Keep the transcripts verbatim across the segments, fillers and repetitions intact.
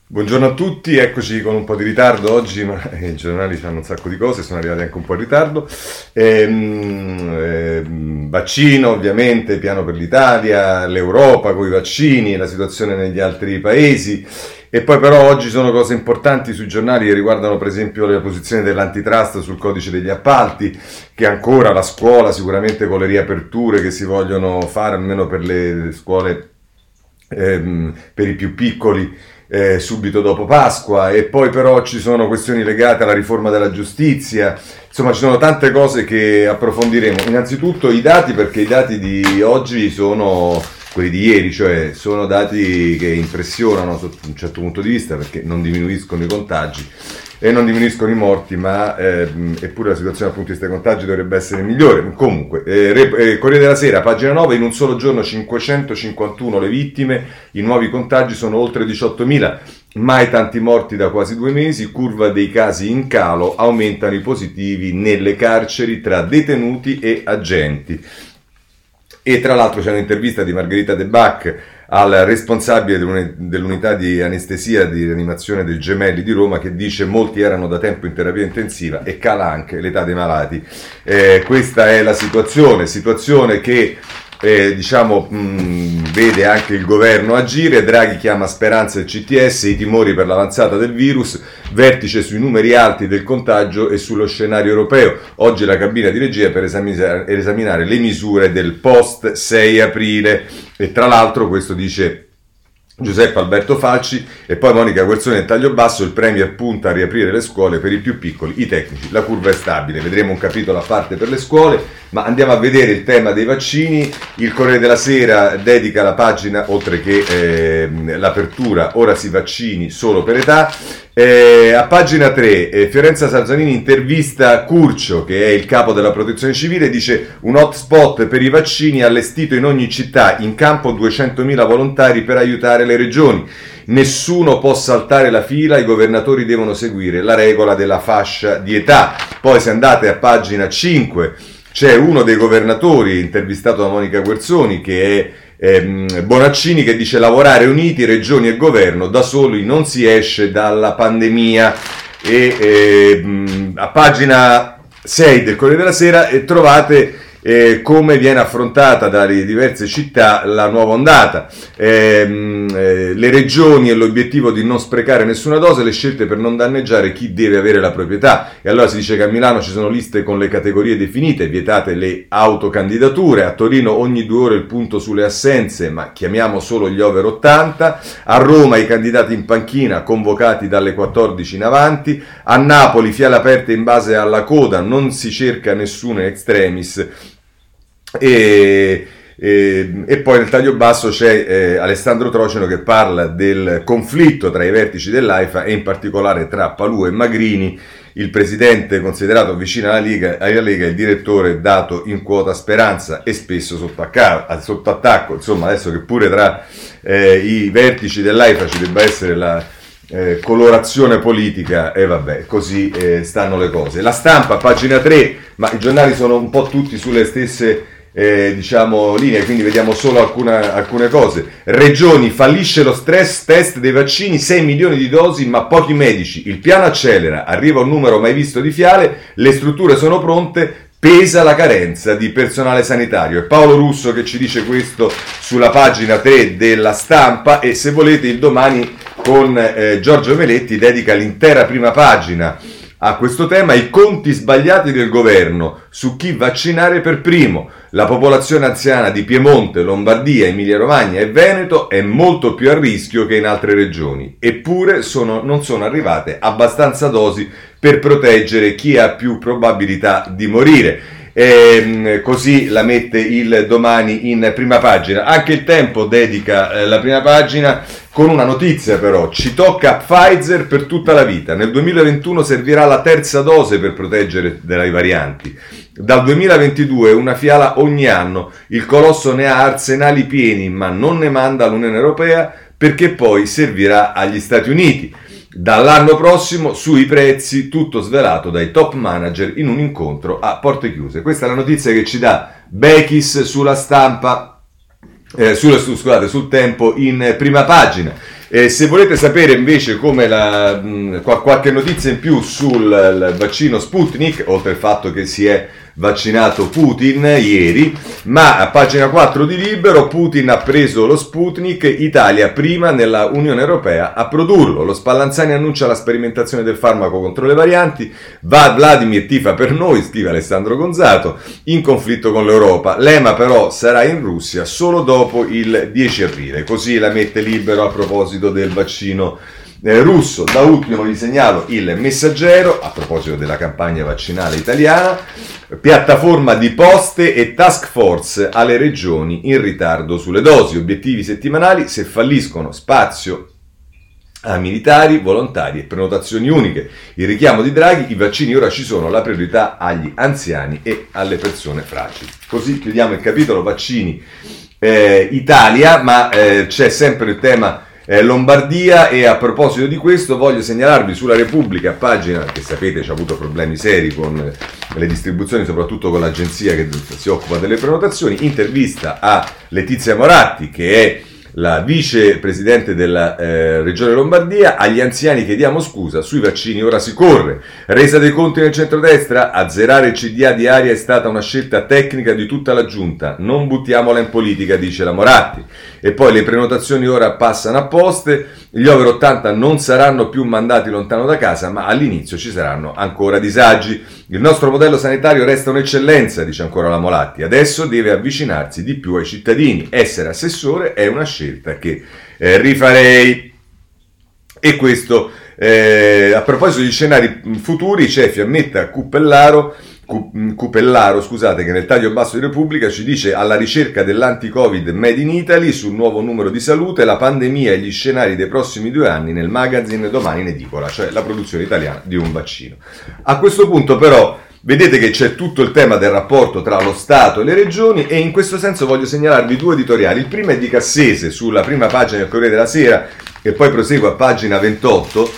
Buongiorno a tutti, eccoci con un po' di ritardo oggi, ma i giornali fanno un sacco di cose, sono arrivati anche un po' in ritardo. Ehm, ehm, vaccino ovviamente, piano per l'Italia, l'Europa con i vaccini, la situazione negli altri paesi. E poi però oggi sono cose importanti sui giornali che riguardano per esempio la posizione dell'antitrust sul codice degli appalti, che ancora la scuola sicuramente con le riaperture che si vogliono fare, almeno per le scuole ehm, per i più piccoli, Eh, subito dopo Pasqua, e poi però ci sono questioni legate alla riforma della giustizia, insomma ci sono tante cose che approfondiremo. Innanzitutto i dati, perché i dati di oggi sono quelli di ieri, cioè sono dati che impressionano sotto un certo punto di vista, perché non diminuiscono i contagi e non diminuiscono i morti, ma ehm, eppure la situazione dal punto di vista dei contagi dovrebbe essere migliore. Comunque, eh, eh, Corriere della Sera, pagina nove, in un solo giorno cinquecentocinquantuno le vittime, i nuovi contagi sono oltre diciottomila, mai tanti morti da quasi due mesi, curva dei casi in calo, aumentano i positivi nelle carceri tra detenuti e agenti. E tra l'altro c'è un'intervista di Margherita De Bach al responsabile dell'unità di anestesia di rianimazione del Gemelli di Roma, che dice molti erano da tempo in terapia intensiva e cala anche l'età dei malati. Eh, questa è la situazione, situazione che eh, diciamo mh, vede anche il governo agire. Draghi chiama speranza il C T S, i timori per l'avanzata del virus, vertice sui numeri alti del contagio e sullo scenario europeo. Oggi la cabina di regia per esaminare, esaminare le misure del post sei aprile. E tra l'altro questo dice Giuseppe Alberto Falci. E poi Monica Guerzoni nel taglio basso, il Premier punta a riaprire le scuole per i più piccoli, i tecnici, la curva è stabile. Vedremo un capitolo a parte per le scuole, ma andiamo a vedere il tema dei vaccini. Il Corriere della Sera dedica la pagina, oltre che eh, l'apertura, ora si vaccini solo per età. Eh, a pagina tre, eh, Fiorenza Sarzanini intervista Curcio, che è il capo della protezione civile, dice un hotspot per i vaccini allestito in ogni città, in campo duecentomila volontari per aiutare le regioni. Nessuno può saltare la fila, i governatori devono seguire la regola della fascia di età. Poi se andate a pagina cinque c'è uno dei governatori intervistato da Monica Guerzoni, che è ehm, Bonaccini, che dice lavorare uniti regioni e governo, da soli non si esce dalla pandemia. E ehm, a pagina sei del Corriere della Sera eh, trovate Eh, come viene affrontata dalle diverse città la nuova ondata, eh, eh, le regioni e l'obiettivo di non sprecare nessuna dose, le scelte per non danneggiare chi deve avere la proprietà. E allora si dice che a Milano ci sono liste con le categorie definite, vietate le autocandidature, a Torino ogni due ore il punto sulle assenze, ma chiamiamo solo gli over ottanta, a Roma i candidati in panchina convocati dalle quattordici in avanti, a Napoli fiale aperte in base alla coda, non si cerca nessuno in extremis. E, e, e poi nel taglio basso c'è eh, Alessandro Trocino che parla del conflitto tra i vertici dell'AIFA e in particolare tra Palù e Magrini, il presidente considerato vicino alla Lega, alla Lega, il direttore dato in quota speranza e spesso sotto, acca- sotto attacco. Insomma, adesso che pure tra eh, i vertici dell'AIFA ci debba essere la eh, colorazione politica, e eh, vabbè, così eh, stanno le cose. La Stampa, pagina tre, ma i giornali sono un po' tutti sulle stesse Eh, diciamo linee, quindi vediamo solo alcuna, alcune cose. Regioni, fallisce lo stress test dei vaccini, sei milioni di dosi ma pochi medici, il piano accelera, arriva un numero mai visto di fiale, le strutture sono pronte, pesa la carenza di personale sanitario. È Paolo Russo che ci dice questo sulla pagina tre della Stampa. E se volete il Domani con eh, Giorgio Meletti dedica l'intera prima pagina a questo tema, i conti sbagliati del governo su chi vaccinare per primo. La popolazione anziana di Piemonte, Lombardia, Emilia-Romagna e Veneto è molto più a rischio che in altre regioni, eppure sono, non sono arrivate abbastanza dosi per proteggere chi ha più probabilità di morire. E così la mette il Domani in prima pagina. Anche il Tempo dedica eh, la prima pagina con una notizia, però ci tocca Pfizer per tutta la vita. Nel duemilaventuno servirà la terza dose per proteggere dalle varianti. Dal duemilaventidue una fiala ogni anno, il colosso ne ha arsenali pieni, ma non ne manda all'Unione Europea perché poi servirà agli Stati Uniti. Dall'anno prossimo sui prezzi, tutto svelato dai top manager in un incontro a porte chiuse. Questa è la notizia che ci dà Bechis sulla Stampa, eh, sul, scusate, sul Tempo in prima pagina. Eh, se volete sapere invece come la, mh, qualche notizia in più sul vaccino Sputnik, oltre al fatto che si è vaccinato Putin ieri, ma a pagina quattro di Libero, Putin ha preso lo Sputnik, Italia prima nella Unione Europea a produrlo. Lo Spallanzani annuncia la sperimentazione del farmaco contro le varianti, va Vladimir tifa per noi, scrive Alessandro Gonzato, in conflitto con l'Europa. L'E M A però sarà in Russia solo dopo il dieci aprile, così la mette Libero a proposito del vaccino Eh, russo. Da ultimo vi segnalo il Messaggero a proposito della campagna vaccinale italiana, piattaforma di poste e task force alle regioni in ritardo sulle dosi, obiettivi settimanali, se falliscono spazio a militari, volontari e prenotazioni uniche. Il richiamo di Draghi, i vaccini ora ci sono, la priorità agli anziani e alle persone fragili. Così chiudiamo il capitolo vaccini eh, Italia, ma eh, c'è sempre il tema Eh, Lombardia, e a proposito di questo voglio segnalarvi sulla Repubblica, pagina che sapete ci ha avuto problemi seri con le distribuzioni, soprattutto con l'agenzia che si occupa delle prenotazioni, intervista a Letizia Moratti, che è la vicepresidente della eh, Regione Lombardia. Agli anziani chiediamo scusa, sui vaccini ora si corre. Resa dei conti nel centrodestra, azzerare il C D A di Aria è stata una scelta tecnica di tutta la giunta, non buttiamola in politica, dice la Moratti. E poi le prenotazioni ora passano a poste, gli over ottanta non saranno più mandati lontano da casa, ma all'inizio ci saranno ancora disagi. Il nostro modello sanitario resta un'eccellenza, dice ancora la Moratti, adesso deve avvicinarsi di più ai cittadini. Essere assessore è una scelta che eh, rifarei. E questo, eh, a proposito di scenari futuri, c'è Fiammetta Cuppellaro, Cupellaro, scusate, che nel taglio basso di Repubblica ci dice: alla ricerca dell'anti-Covid Made in Italy sul nuovo numero di salute, la pandemia e gli scenari dei prossimi due anni nel magazine Domani in edicola, cioè la produzione italiana di un vaccino. A questo punto però vedete che c'è tutto il tema del rapporto tra lo Stato e le regioni, e in questo senso voglio segnalarvi due editoriali. Il primo è di Cassese sulla prima pagina del Corriere della Sera e poi prosegue a pagina ventotto.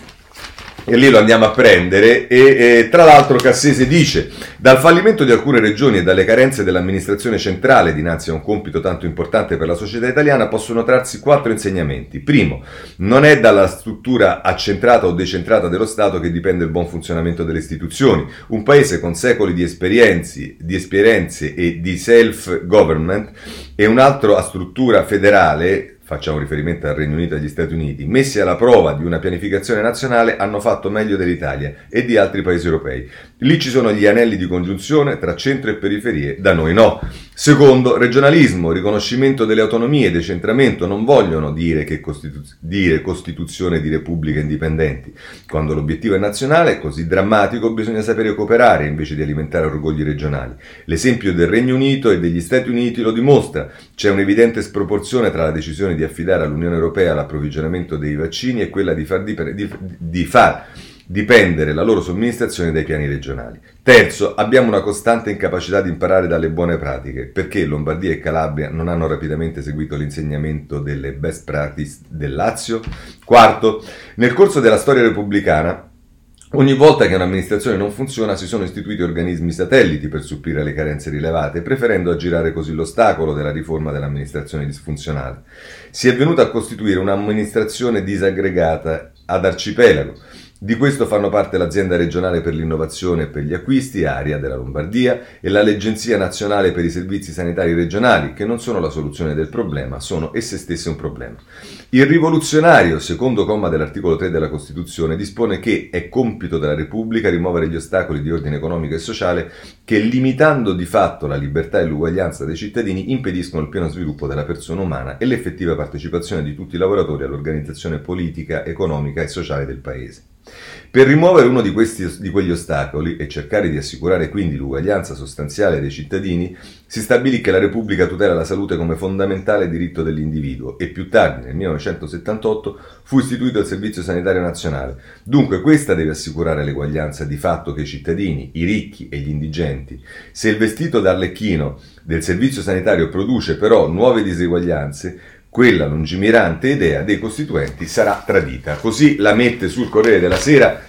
E lì lo andiamo a prendere, e, e tra l'altro Cassese dice: dal fallimento di alcune regioni e dalle carenze dell'amministrazione centrale dinanzi a un compito tanto importante per la società italiana possono trarsi quattro insegnamenti. Primo, non è dalla struttura accentrata o decentrata dello Stato che dipende il buon funzionamento delle istituzioni. Un paese con secoli di esperienze, di esperienze e di self-government e un altro a struttura federale, facciamo riferimento al Regno Unito e agli Stati Uniti, messi alla prova di una pianificazione nazionale, hanno fatto meglio dell'Italia e di altri paesi europei. Lì ci sono gli anelli di congiunzione tra centro e periferie, da noi no. Secondo, regionalismo, riconoscimento delle autonomie, decentramento non vogliono dire che costitu- dire costituzione di repubbliche indipendenti. Quando l'obiettivo è nazionale, è così drammatico, bisogna sapere cooperare invece di alimentare orgogli regionali. L'esempio del Regno Unito e degli Stati Uniti lo dimostra. C'è un'evidente sproporzione tra la decisione di affidare all'Unione Europea l'approvvigionamento dei vaccini e quella di far, dip- di, di far dipendere la loro somministrazione dai piani regionali. Terzo, abbiamo una costante incapacità di imparare dalle buone pratiche, perché Lombardia e Calabria non hanno rapidamente seguito l'insegnamento delle best practice del Lazio. Quarto, nel corso della storia repubblicana, ogni volta che un'amministrazione non funziona si sono istituiti organismi satelliti per supplire alle carenze rilevate, preferendo aggirare così l'ostacolo della riforma dell'amministrazione disfunzionale. Si è venuta a costituire un'amministrazione disaggregata ad arcipelago. Di questo fanno parte l'Azienda regionale per l'innovazione e per gli acquisti, Aria della Lombardia, e l'Agenzia nazionale per i servizi sanitari regionali, che non sono la soluzione del problema, sono esse stesse un problema. Il rivoluzionario, secondo comma dell'articolo tre della Costituzione, dispone che è compito della Repubblica rimuovere gli ostacoli di ordine economico e sociale che, limitando di fatto la libertà e l'uguaglianza dei cittadini, impediscono il pieno sviluppo della persona umana e l'effettiva partecipazione di tutti i lavoratori all'organizzazione politica, economica e sociale del Paese. Per rimuovere uno di, questi, di quegli ostacoli e cercare di assicurare quindi l'uguaglianza sostanziale dei cittadini, si stabilì che la Repubblica tutela la salute come fondamentale diritto dell'individuo e più tardi, nel millenovecentosettantotto, fu istituito il Servizio Sanitario Nazionale. Dunque questa deve assicurare l'eguaglianza di fatto che i cittadini, i ricchi e gli indigenti. Se il vestito d'arlecchino del Servizio Sanitario produce però nuove diseguaglianze, quella lungimirante idea dei costituenti sarà tradita. Così la mette sul Corriere della Sera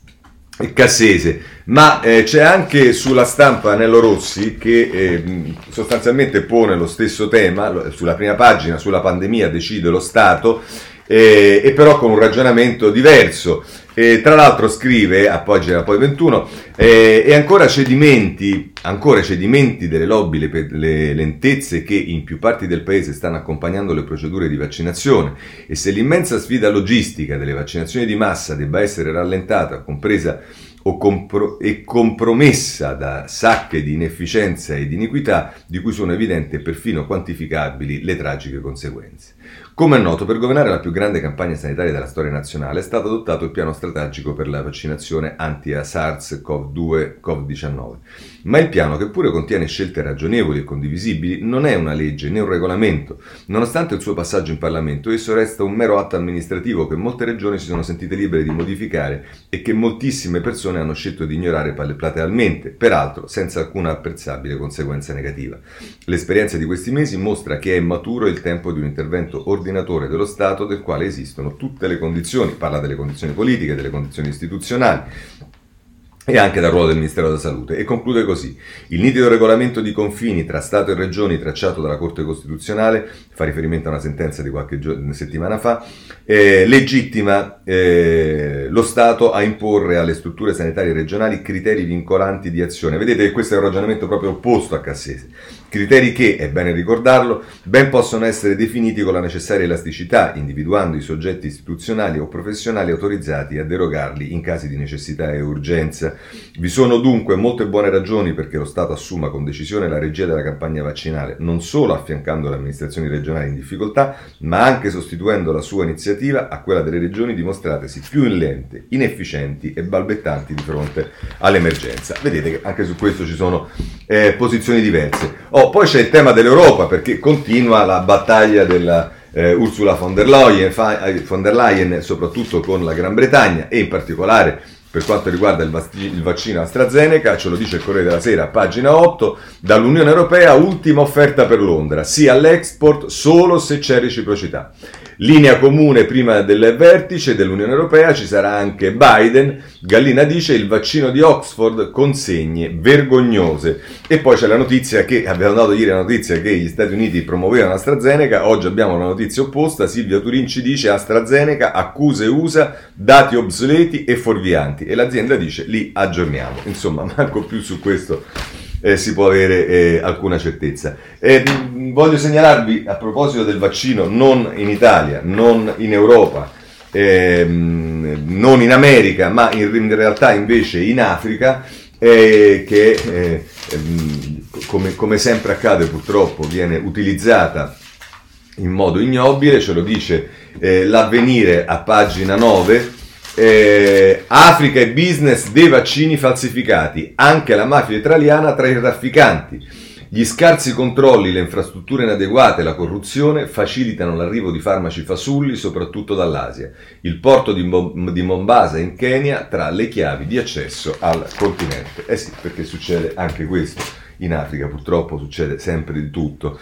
Cassese, ma eh, c'è anche sulla Stampa Nello Rossi che eh, sostanzialmente pone lo stesso tema, sulla prima pagina, sulla pandemia decide lo Stato, eh, e però con un ragionamento diverso. E tra l'altro scrive, a pagina poi ventuno, eh, e ancora cedimenti, ancora cedimenti delle lobby, le, le lentezze che in più parti del paese stanno accompagnando le procedure di vaccinazione, e se l'immensa sfida logistica delle vaccinazioni di massa debba essere rallentata, compresa o compro- e compromessa da sacche di inefficienza e di iniquità di cui sono evidenti e perfino quantificabili le tragiche conseguenze. Come è noto, per governare la più grande campagna sanitaria della storia nazionale è stato adottato il piano strategico per la vaccinazione anti-SARS-CoV due covid diciannove. Ma il piano, che pure contiene scelte ragionevoli e condivisibili, non è una legge né un regolamento. Nonostante il suo passaggio in Parlamento, esso resta un mero atto amministrativo che molte regioni si sono sentite libere di modificare e che moltissime persone hanno scelto di ignorare platealmente, peraltro senza alcuna apprezzabile conseguenza negativa. L'esperienza di questi mesi mostra che è maturo il tempo di un intervento ordinatore dello Stato del quale esistono tutte le condizioni, parla delle condizioni politiche, delle condizioni istituzionali e anche dal ruolo del Ministero della Salute, e conclude così: il nitido regolamento di confini tra Stato e Regioni tracciato dalla Corte Costituzionale, fa riferimento a una sentenza di qualche giorno, settimana fa, eh, legittima eh, lo Stato a imporre alle strutture sanitarie regionali criteri vincolanti di azione. Vedete che questo è un ragionamento proprio opposto a Cassese. Criteri che, è bene ricordarlo, ben possono essere definiti con la necessaria elasticità, individuando i soggetti istituzionali o professionali autorizzati a derogarli in casi di necessità e urgenza. Vi sono dunque molte buone ragioni perché lo Stato assuma con decisione la regia della campagna vaccinale, non solo affiancando le amministrazioni regionali in difficoltà, ma anche sostituendo la sua iniziativa a quella delle regioni dimostratesi più lente, inefficienti e balbettanti di fronte all'emergenza. Vedete che anche su questo ci sono eh, posizioni diverse. Oh, poi c'è il tema dell'Europa, perché continua la battaglia della eh, Ursula von der Leyen, von der Leyen, soprattutto con la Gran Bretagna, e in particolare per quanto riguarda il, vac- il vaccino AstraZeneca. Ce lo dice il Corriere della Sera, pagina otto, dall'Unione Europea ultima offerta per Londra, sì all'export solo se c'è reciprocità. Linea comune prima del vertice dell'Unione Europea, ci sarà anche Biden. Gallina dice il vaccino di Oxford consegne vergognose. E poi c'è la notizia che, abbiamo dato ieri la notizia che gli Stati Uniti promuovevano AstraZeneca, oggi abbiamo la notizia opposta. Silvia Turin ci dice AstraZeneca, accuse U S A, dati obsoleti e fuorvianti, e l'azienda dice li aggiorniamo. Insomma, manco più su questo Eh, si può avere eh, alcuna certezza. Eh, mh, voglio segnalarvi, a proposito del vaccino, non in Italia, non in Europa, eh, mh, non in America, ma in, in realtà invece in Africa, eh, che eh, mh, come, come sempre accade purtroppo viene utilizzata in modo ignobile. Ce lo dice eh, l'Avvenire a pagina nove. Eh, Africa e business dei vaccini falsificati, anche la mafia italiana tra i trafficanti. Gli scarsi controlli, le infrastrutture inadeguate e la corruzione facilitano l'arrivo di farmaci fasulli soprattutto dall'Asia. Il porto di, Mom- di Mombasa in Kenya tra le chiavi di accesso al continente. Eh sì, perché succede anche questo. In Africa purtroppo succede sempre di tutto.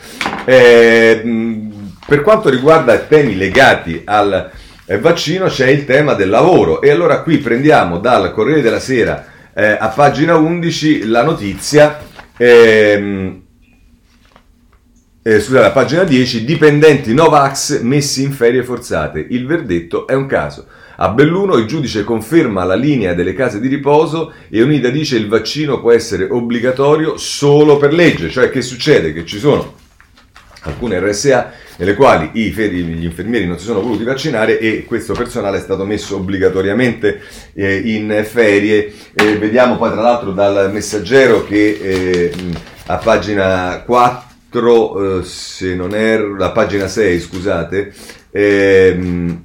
Eh, mh, per quanto riguarda temi legati al vaccino, c'è il tema del lavoro, e allora qui prendiamo dal Corriere della Sera eh, a pagina undici la notizia, ehm, eh, scusate, a pagina dieci, dipendenti Novax messi in ferie forzate, il verdetto è un caso. A Belluno il giudice conferma la linea delle case di riposo e Unida dice il vaccino può essere obbligatorio solo per legge. Cioè, che succede? Che ci sono alcune R S A nelle quali i feri, gli infermieri non si sono voluti vaccinare e questo personale è stato messo obbligatoriamente eh, in ferie. Eh, vediamo poi tra l'altro dal Messaggero che eh, a pagina quattro, eh, se non erro, la pagina sei, scusate, ehm,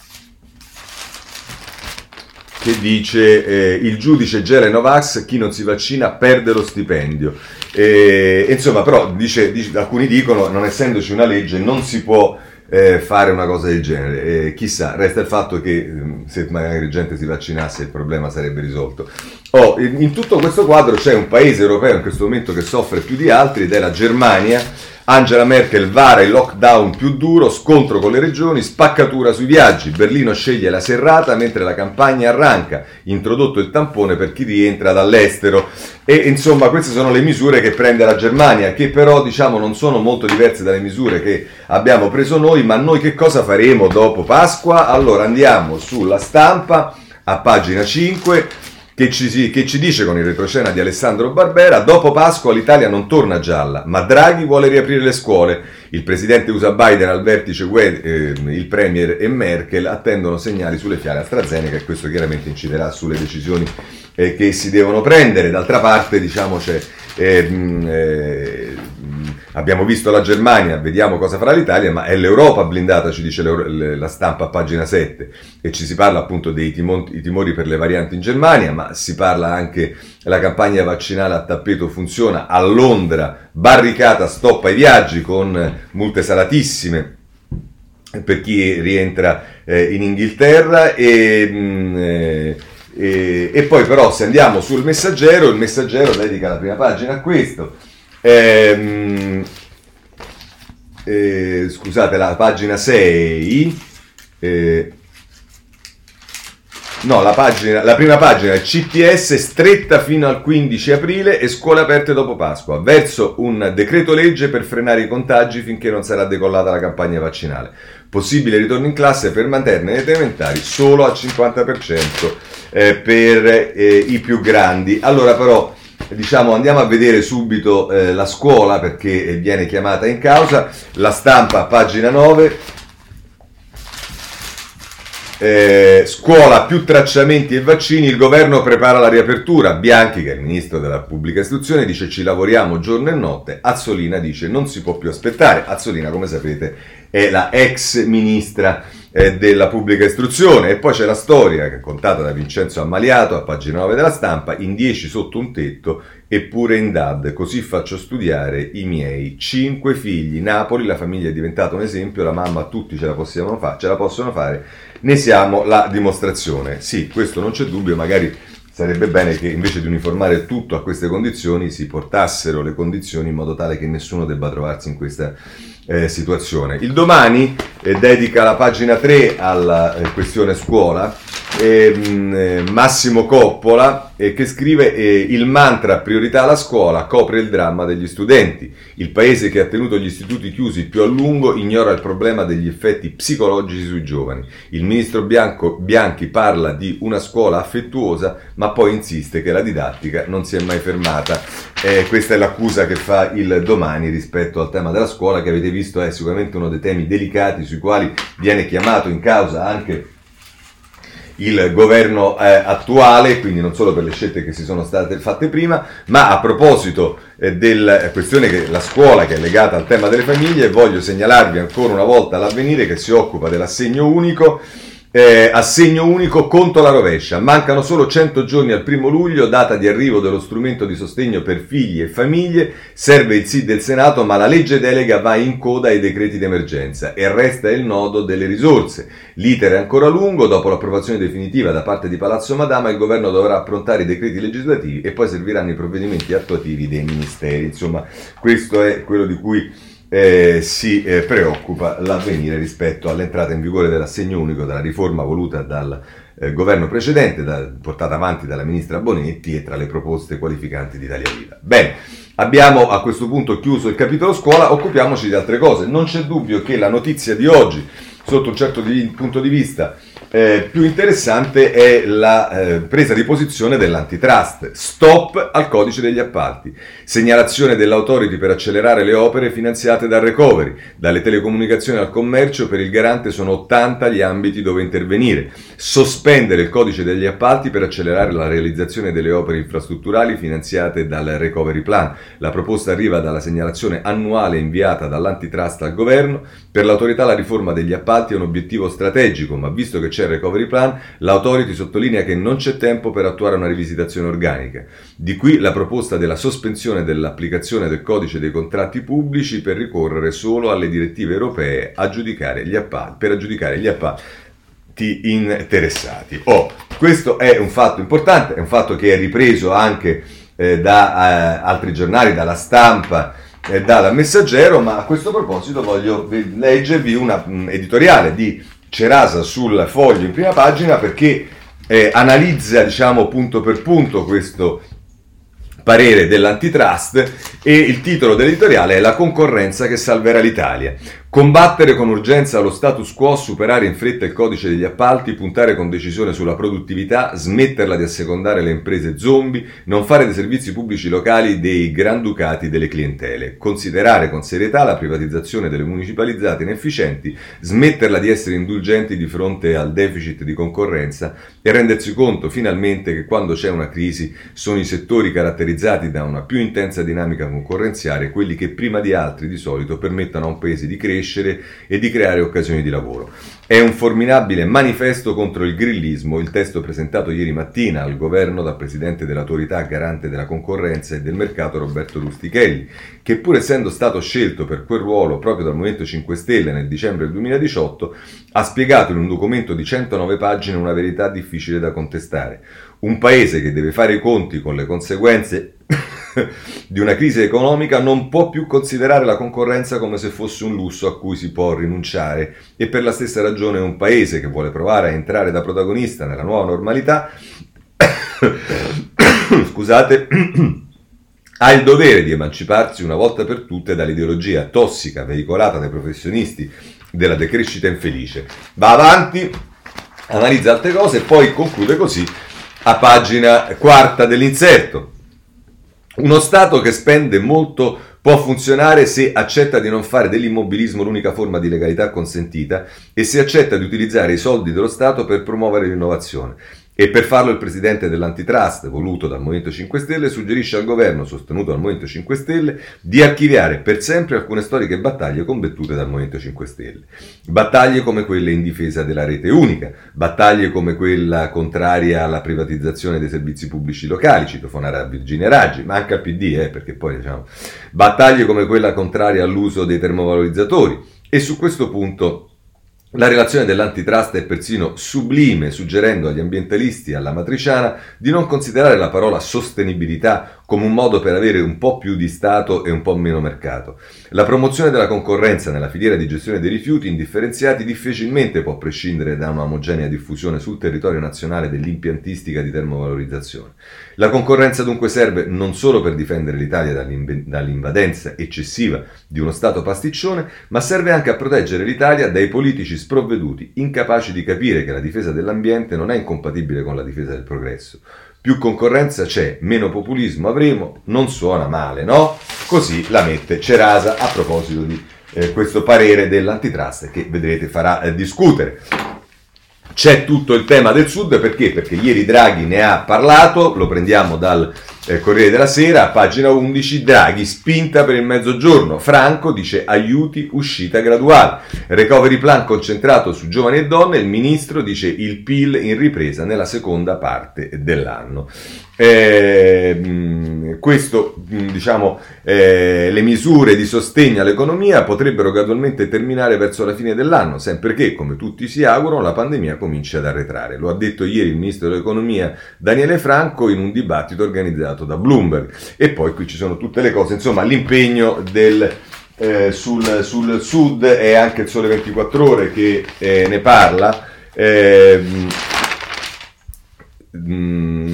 che dice eh, il giudice gela i Novax, chi non si vaccina perde lo stipendio. E, insomma, però dice, dice, alcuni dicono, non essendoci una legge non si può eh, fare una cosa del genere. E chissà, resta il fatto che eh, se magari gente si vaccinasse il problema sarebbe risolto. Oh, in, in tutto questo quadro c'è un paese europeo in questo momento che soffre più di altri ed è la Germania. Angela Merkel vara il lockdown più duro, scontro con le regioni, spaccatura sui viaggi. Berlino sceglie la serrata mentre la campagna arranca. Introdotto il tampone per chi rientra dall'estero. E insomma queste sono le misure che prende la Germania, che però diciamo non sono molto diverse dalle misure che abbiamo preso noi. Ma noi che cosa faremo dopo Pasqua? Allora andiamo sulla Stampa a pagina cinque. Che ci, che ci dice con il retroscena di Alessandro Barbera: dopo Pasqua l'Italia non torna gialla, ma Draghi vuole riaprire le scuole. Il presidente usa Biden al vertice U E, eh, il premier e Merkel attendono segnali sulle fiale AstraZeneca, e questo chiaramente inciderà sulle decisioni eh, che si devono prendere. D'altra parte, diciamo, c'è, eh, eh, abbiamo visto la Germania, vediamo cosa farà l'Italia, ma è l'Europa blindata, ci dice la Stampa a pagina sette, e ci si parla appunto dei timori, timori per le varianti in Germania, ma si parla anche la campagna vaccinale a tappeto funziona, a Londra barricata stop ai viaggi con multe salatissime per chi rientra eh, in Inghilterra e... Mh, eh, E, e poi però se andiamo sul Messaggero, il Messaggero dedica la prima pagina a questo. Ehm, eh, scusate, la pagina sei, eh, no, la, pagina, la prima pagina è C T S stretta fino al quindici aprile e scuole aperte dopo Pasqua, verso un decreto legge per frenare i contagi finché non sarà decollata la campagna vaccinale. Possibile ritorno in classe per materne ed elementari solo al cinquanta per cento eh, per eh, i più grandi. Allora però diciamo andiamo a vedere subito eh, la scuola, perché viene chiamata in causa. La Stampa, pagina nove. Eh, scuola, più tracciamenti e vaccini, il governo prepara la riapertura. Bianchi, che è il ministro della pubblica istruzione, dice ci lavoriamo giorno e notte. Azzolina dice non si può più aspettare. Azzolina, come sapete, è la ex ministra eh, della pubblica istruzione. E poi c'è la storia che è contata da Vincenzo Ammaliato a pagina nove della Stampa: in dieci sotto un tetto eppure in D A D, così faccio studiare i miei cinque figli. Napoli, la famiglia è diventata un esempio, la mamma tutti ce la possiamo fare, ce la possono fare, ne siamo la dimostrazione. Sì, questo non c'è dubbio, magari sarebbe bene che invece di uniformare tutto a queste condizioni si portassero le condizioni in modo tale che nessuno debba trovarsi in questa eh, situazione. Il Domani eh, dedica la pagina tre alla eh, questione scuola. Eh, Massimo Coppola eh, che scrive eh, il mantra priorità alla scuola copre il dramma degli studenti. Il paese che ha tenuto gli istituti chiusi più a lungo ignora il problema degli effetti psicologici sui giovani. Il ministro Bianco, Bianchi parla di una scuola affettuosa, ma poi insiste che la didattica non si è mai fermata. Eh, questa è l'accusa che fa il Domani rispetto al tema della scuola, che avete visto è sicuramente uno dei temi delicati sui quali viene chiamato in causa anche il governo eh, attuale, quindi non solo per le scelte che si sono state fatte prima, ma a proposito eh, della questione che la scuola, che è legata al tema delle famiglie, voglio segnalarvi ancora una volta l'Avvenire che si occupa dell'assegno unico. Eh, assegno unico, conto alla rovescia, mancano solo cento giorni al primo luglio, data di arrivo dello strumento di sostegno per figli e famiglie, serve il sì del Senato, ma la legge delega va in coda ai decreti d'emergenza e resta il nodo delle risorse. L'iter è ancora lungo, dopo l'approvazione definitiva da parte di Palazzo Madama il governo dovrà approntare i decreti legislativi e poi serviranno i provvedimenti attuativi dei ministeri. Insomma, questo è quello di cui Eh, si eh, preoccupa l'Avvenire rispetto all'entrata in vigore dell'assegno unico, dalla riforma voluta dal eh, governo precedente, da, portata avanti dalla ministra Bonetti, e tra le proposte qualificanti di Italia Viva. Bene, abbiamo a questo punto chiuso il capitolo scuola, occupiamoci di altre cose. Non c'è dubbio che la notizia di oggi, sotto un certo di, punto di vista eh, più interessante, è la eh, presa di posizione dell'antitrust. Stop al codice degli appalti. Segnalazione dell'autority per accelerare le opere finanziate dal recovery. Dalle telecomunicazioni al commercio, per il garante sono ottanta gli ambiti dove intervenire. Sospendere il codice degli appalti per accelerare la realizzazione delle opere infrastrutturali finanziate dal recovery plan. La proposta arriva dalla segnalazione annuale inviata dall'antitrust al governo. Per l'autorità la riforma degli appalti è un obiettivo strategico, ma visto che c'è il recovery plan, l'autority sottolinea che non c'è tempo per attuare una rivisitazione organica. Di qui la proposta della sospensione dell'applicazione del codice dei contratti pubblici per ricorrere solo alle direttive europee a giudicare gli appalti, per aggiudicare gli appalti interessati. Oh, questo è un fatto importante, è un fatto che è ripreso anche eh, da eh, altri giornali, dalla Stampa eh, dal Messaggero, ma a questo proposito voglio leggervi una mh, editoriale di Cerasa sul Foglio in prima pagina, perché eh, analizza, diciamo, punto per punto questo parere dell'antitrust, e il titolo dell'editoriale è "La concorrenza che salverà l'Italia". Combattere con urgenza lo status quo, superare in fretta il codice degli appalti, puntare con decisione sulla produttività, smetterla di assecondare le imprese zombie, non fare dei servizi pubblici locali dei granducati delle clientele, considerare con serietà la privatizzazione delle municipalizzate inefficienti, smetterla di essere indulgenti di fronte al deficit di concorrenza e rendersi conto finalmente che quando c'è una crisi sono i settori caratterizzati da una più intensa dinamica concorrenziale quelli che prima di altri di solito permettono a un paese di crescere e di creare occasioni di lavoro. È un formidabile manifesto contro il grillismo il testo presentato ieri mattina al governo dal presidente dell'autorità garante della concorrenza e del mercato Roberto Rustichelli, che pur essendo stato scelto per quel ruolo proprio dal Movimento cinque Stelle nel dicembre del duemiladiciotto, ha spiegato in un documento di centonove pagine una verità difficile da contestare. Un paese che deve fare i conti con le conseguenze di una crisi economica non può più considerare la concorrenza come se fosse un lusso a cui si può rinunciare, e per la stessa ragione un paese che vuole provare a entrare da protagonista nella nuova normalità scusate ha il dovere di emanciparsi una volta per tutte dall'ideologia tossica veicolata dai professionisti della decrescita infelice. Va avanti, analizza altre cose e poi conclude così a pagina quarta dell'inserto. Uno Stato che spende molto può funzionare se accetta di non fare dell'immobilismo l'unica forma di legalità consentita e se accetta di utilizzare i soldi dello Stato per promuovere l'innovazione. E per farlo il presidente dell'antitrust, voluto dal Movimento cinque Stelle, suggerisce al governo, sostenuto dal Movimento cinque Stelle, di archiviare per sempre alcune storiche battaglie combattute dal Movimento cinque Stelle. Battaglie come quelle in difesa della rete unica, battaglie come quella contraria alla privatizzazione dei servizi pubblici locali, citofonare a Virginia Raggi, ma anche al P D, eh, perché poi diciamo, battaglie come quella contraria all'uso dei termovalorizzatori. E su questo punto la relazione dell'antitrust è persino sublime, suggerendo agli ambientalisti e alla matriciana di non considerare la parola sostenibilità come un modo per avere un po' più di Stato e un po' meno mercato. La promozione della concorrenza nella filiera di gestione dei rifiuti indifferenziati difficilmente può prescindere da una omogenea diffusione sul territorio nazionale dell'impiantistica di termovalorizzazione. La concorrenza dunque serve non solo per difendere l'Italia dall'invadenza eccessiva di uno Stato pasticcione, ma serve anche a proteggere l'Italia dai politici sprovveduti, incapaci di capire che la difesa dell'ambiente non è incompatibile con la difesa del progresso. Più concorrenza c'è, meno populismo avremo, non suona male, no? Così la mette Cerasa a proposito di eh, questo parere dell'antitrust che vedrete farà eh, discutere. C'è tutto il tema del Sud, perché? Perché ieri Draghi ne ha parlato, lo prendiamo dal eh, Corriere della Sera, a pagina undici, Draghi spinta per il mezzogiorno, Franco dice aiuti, uscita graduale, recovery plan concentrato su giovani e donne, il ministro dice il P I L in ripresa nella seconda parte dell'anno. Eh, questo, diciamo, eh, le misure di sostegno all'economia potrebbero gradualmente terminare verso la fine dell'anno, sempre che, come tutti si augurano, la pandemia cominci ad arretrare. Lo ha detto ieri il ministro dell'economia Daniele Franco in un dibattito organizzato da Bloomberg. E poi qui ci sono tutte le cose, insomma, l'impegno del eh, sul, sul Sud, è anche il Sole ventiquattro Ore che eh, ne parla. Eh, mh,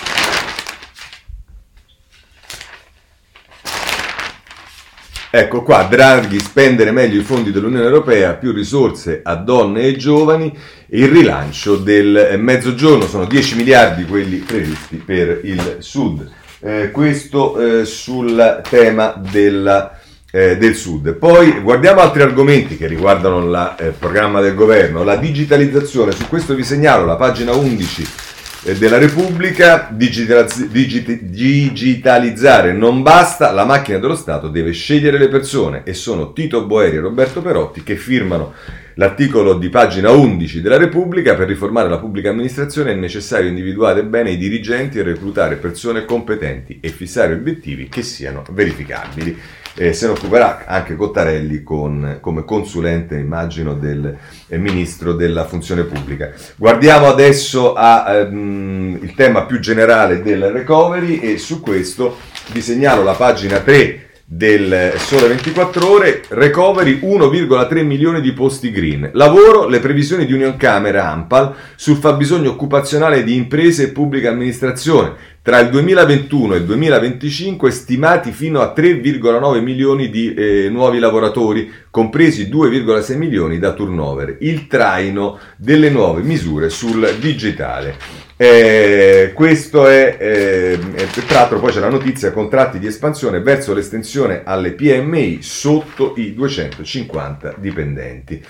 Ecco qua, Draghi, spendere meglio i fondi dell'Unione Europea, più risorse a donne e giovani, il rilancio del Mezzogiorno, sono dieci miliardi quelli previsti per il Sud. Eh, questo eh, sul tema della, eh, del Sud. Poi guardiamo altri argomenti che riguardano il eh, programma del governo, la digitalizzazione, su questo vi segnalo la pagina undici della Repubblica. Digitalizz- digit- digitalizzare non basta, la macchina dello Stato deve scegliere le persone, e sono Tito Boeri e Roberto Perotti che firmano l'articolo di pagina undici della Repubblica. Per riformare la pubblica amministrazione è necessario individuare bene i dirigenti e reclutare persone competenti e fissare obiettivi che siano verificabili. Eh, se ne occuperà anche Cottarelli con, come consulente, immagino, del eh, ministro della funzione pubblica. Guardiamo adesso a, ehm, il tema più generale del recovery, e su questo vi segnalo la pagina tre del Sole ventiquattro Ore, recovery uno virgola tre milioni di posti green. Lavoro, le previsioni di Unioncamere Anpal sul fabbisogno occupazionale di imprese e pubblica amministrazione. Tra il duemilaventuno e il duemilaventicinque stimati fino a tre virgola nove milioni di eh, nuovi lavoratori, compresi due virgola sei milioni da turnover. Il traino delle nuove misure sul digitale. Eh, questo è, eh, tra l'altro poi c'è la notizia: contratti di espansione verso l'estensione alle P M I sotto i duecentocinquanta dipendenti.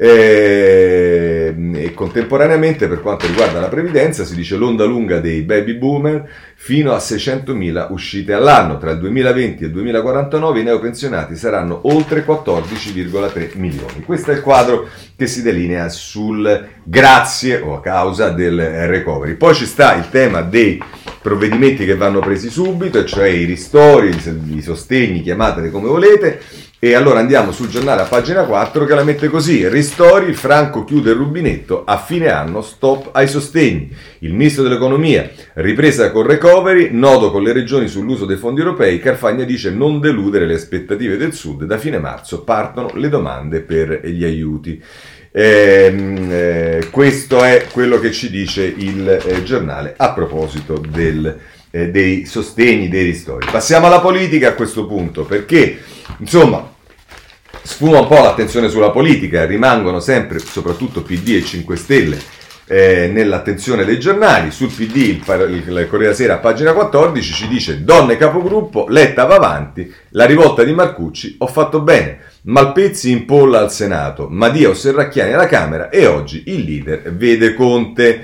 Eh, e contemporaneamente, per quanto riguarda la previdenza, si dice l'onda lunga dei baby boomer fino a seicentomila uscite all'anno. Tra il duemilaventi e il duemilaquarantanove i neopensionati saranno oltre quattordici virgola tre milioni. Questo è il quadro che si delinea sul grazie o a causa del recovery. Poi ci sta il tema dei provvedimenti che vanno presi subito, e cioè i ristori, i sostegni, chiamateli come volete. E allora andiamo sul giornale a pagina quattro, che la mette così: ristori, il Franco chiude il rubinetto, a fine anno stop ai sostegni. Il ministro dell'economia, ripresa con recovery, nodo con le regioni sull'uso dei fondi europei. Carfagna dice non deludere le aspettative del Sud, da fine marzo partono le domande per gli aiuti. Eh, eh, questo è quello che ci dice il eh, giornale a proposito del, eh, dei sostegni, dei ristori. Passiamo alla politica a questo punto, perché insomma sfuma un po' l'attenzione sulla politica, rimangono sempre soprattutto P D e cinque Stelle eh, nell'attenzione dei giornali. Sul P D il, il, il Corriere della Sera a pagina quattordici ci dice: donne capogruppo, Letta va avanti, la rivolta di Marcucci, ho fatto bene, Malpezzi in polla al Senato, Madia o Serracchiani alla Camera, e oggi il leader vede Conte.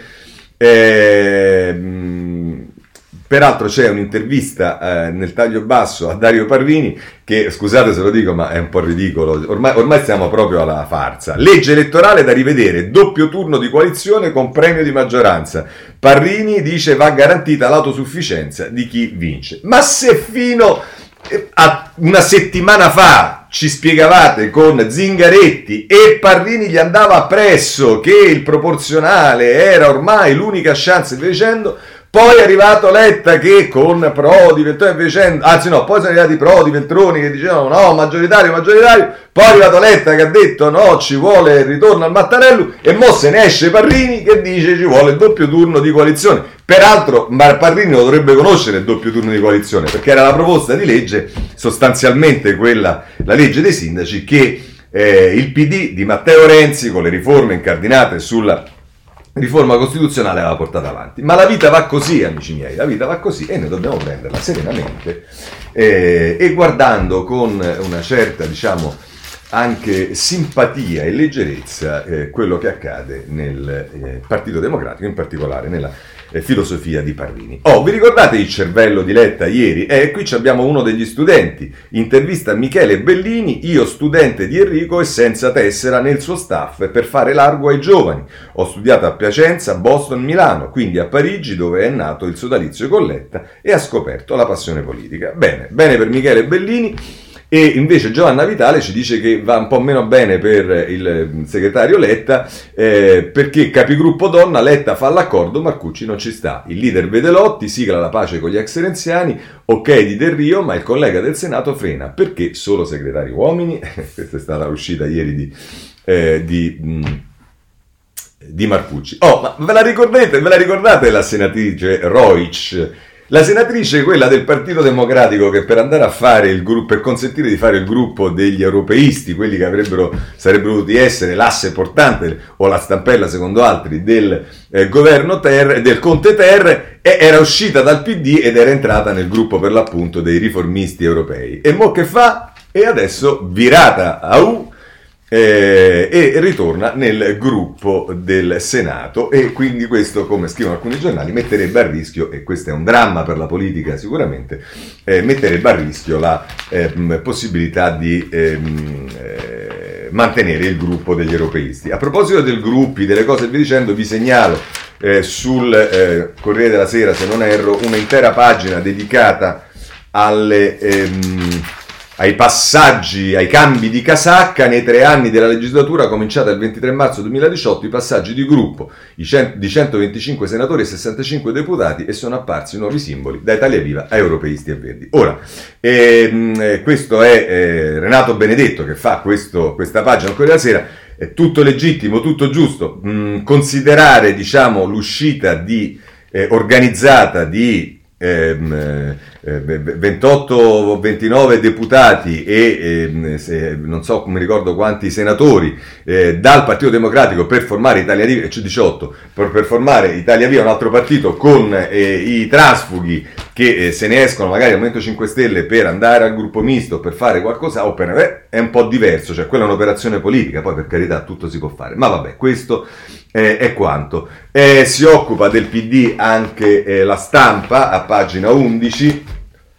Eh, Peraltro c'è un'intervista eh, nel taglio basso a Dario Parrini che, scusate se lo dico, ma è un po' ridicolo, ormai, ormai stiamo proprio alla farsa. Legge elettorale da rivedere, doppio turno di coalizione con premio di maggioranza. Parrini dice va garantita l'autosufficienza di chi vince. Ma se fino a una settimana fa ci spiegavate con Zingaretti e Parrini gli andava appresso che il proporzionale era ormai l'unica chance e via dicendo, poi è arrivato Letta che con Prodi, Veltroni e via dicendo, anzi no, poi sono arrivati Prodi, Veltroni che dicevano no, maggioritario, maggioritario, poi è arrivato Letta che ha detto no, ci vuole il ritorno al Mattarello, e mo se ne esce Parrini che dice ci vuole il doppio turno di coalizione. Peraltro Parrini lo dovrebbe conoscere il doppio turno di coalizione, perché era la proposta di legge, sostanzialmente quella, la legge dei sindaci, che eh, il P D di Matteo Renzi con le riforme incardinate sulla riforma costituzionale aveva portato avanti. Ma la vita va così, amici miei, la vita va così e noi dobbiamo prenderla serenamente eh, e guardando con una certa, diciamo, anche simpatia e leggerezza eh, quello che accade nel eh, Partito Democratico, in particolare nella eh, filosofia di Parrini. Oh, vi ricordate il cervello di Letta ieri? Eh, qui abbiamo uno degli studenti, intervista a Michele Bellini, io studente di Enrico e senza tessera nel suo staff per fare largo ai giovani. Ho studiato a Piacenza, Boston, Milano, quindi a Parigi dove è nato il sodalizio con Letta e ha scoperto la passione politica. Bene, bene per Michele Bellini. E invece Giovanna Vitale ci dice che va un po' meno bene per il segretario Letta eh, perché capigruppo donna, Letta fa l'accordo, Marcucci non ci sta. Il leader vede Lotti, sigla la pace con gli ex renziani, ok di Del Rio, ma il collega del Senato frena. Perché solo segretari uomini? Questa è stata l'uscita ieri di, eh, di, mh, di Marcucci. Oh, ma ve la ricordate, ve la ricordate la senatrice Roic? La senatrice, quella del Partito Democratico, che per andare a fare il gruppo, per consentire di fare il gruppo degli europeisti, quelli che avrebbero, sarebbero dovuti essere l'asse portante o la stampella, secondo altri, del eh, governo Ter, del Conte Ter, e era uscita dal P D ed era entrata nel gruppo per l'appunto dei riformisti europei. E mo che fa? E adesso virata a U Eh, e ritorna nel gruppo del Senato, e quindi questo, come scrivono alcuni giornali, metterebbe a rischio, e questo è un dramma per la politica sicuramente, eh, metterebbe a rischio la eh, possibilità di ehm, eh, mantenere il gruppo degli europeisti. A proposito del gruppi, delle cose e via dicendo, vi segnalo eh, sul eh, Corriere della Sera, se non erro, un'intera pagina dedicata alle... Ehm, ai passaggi, ai cambi di casacca nei tre anni della legislatura cominciata il ventitré marzo duemiladiciotto, i passaggi di gruppo i cento, di centoventicinque senatori e sessantacinque deputati, e sono apparsi nuovi simboli da Italia Viva a Europeisti e Verdi. Ora, ehm, questo è eh, Renato Benedetto che fa questo, questa pagina al Corriere della Sera. È tutto legittimo, tutto giusto, mh, considerare, diciamo, l'uscita di, eh, organizzata di ehm, eh, ventotto o ventinove deputati e eh, se, non so, mi ricordo quanti senatori eh, dal Partito Democratico per formare Italia Viva, cioè diciotto, per, per formare Italia Viva, un altro partito, con eh, i trasfughi che eh, se ne escono magari al Movimento cinque Stelle per andare al gruppo misto, per fare qualcosa, o per, eh, è un po' diverso, cioè quella è un'operazione politica, poi per carità tutto si può fare, ma vabbè, questo eh, è quanto. Eh, si occupa del P D anche eh, La Stampa, a pagina undici.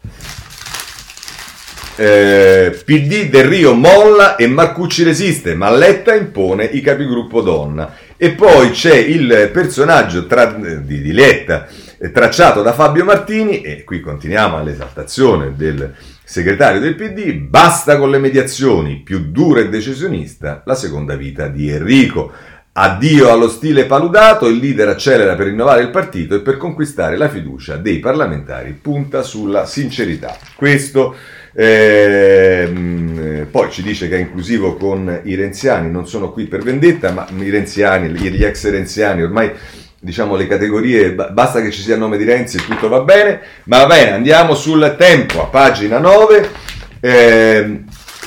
Eh, P D Del Rio molla e Marcucci resiste, ma Letta impone i capigruppo donna. E poi c'è il personaggio tra, di, di Letta eh, tracciato da Fabio Martini, e qui continuiamo all'esaltazione del segretario del P D. Basta con le mediazioni, più dura e decisionista la seconda vita di Enrico. Addio allo stile paludato, il leader accelera per rinnovare il partito e per conquistare la fiducia dei parlamentari punta sulla sincerità. Questo eh, poi ci dice che è inclusivo con i renziani, non sono qui per vendetta, ma i renziani, gli ex renziani, ormai diciamo le categorie, basta che ci sia il nome di Renzi e tutto va bene. Ma va bene, andiamo sul Tempo, a pagina nove. Eh,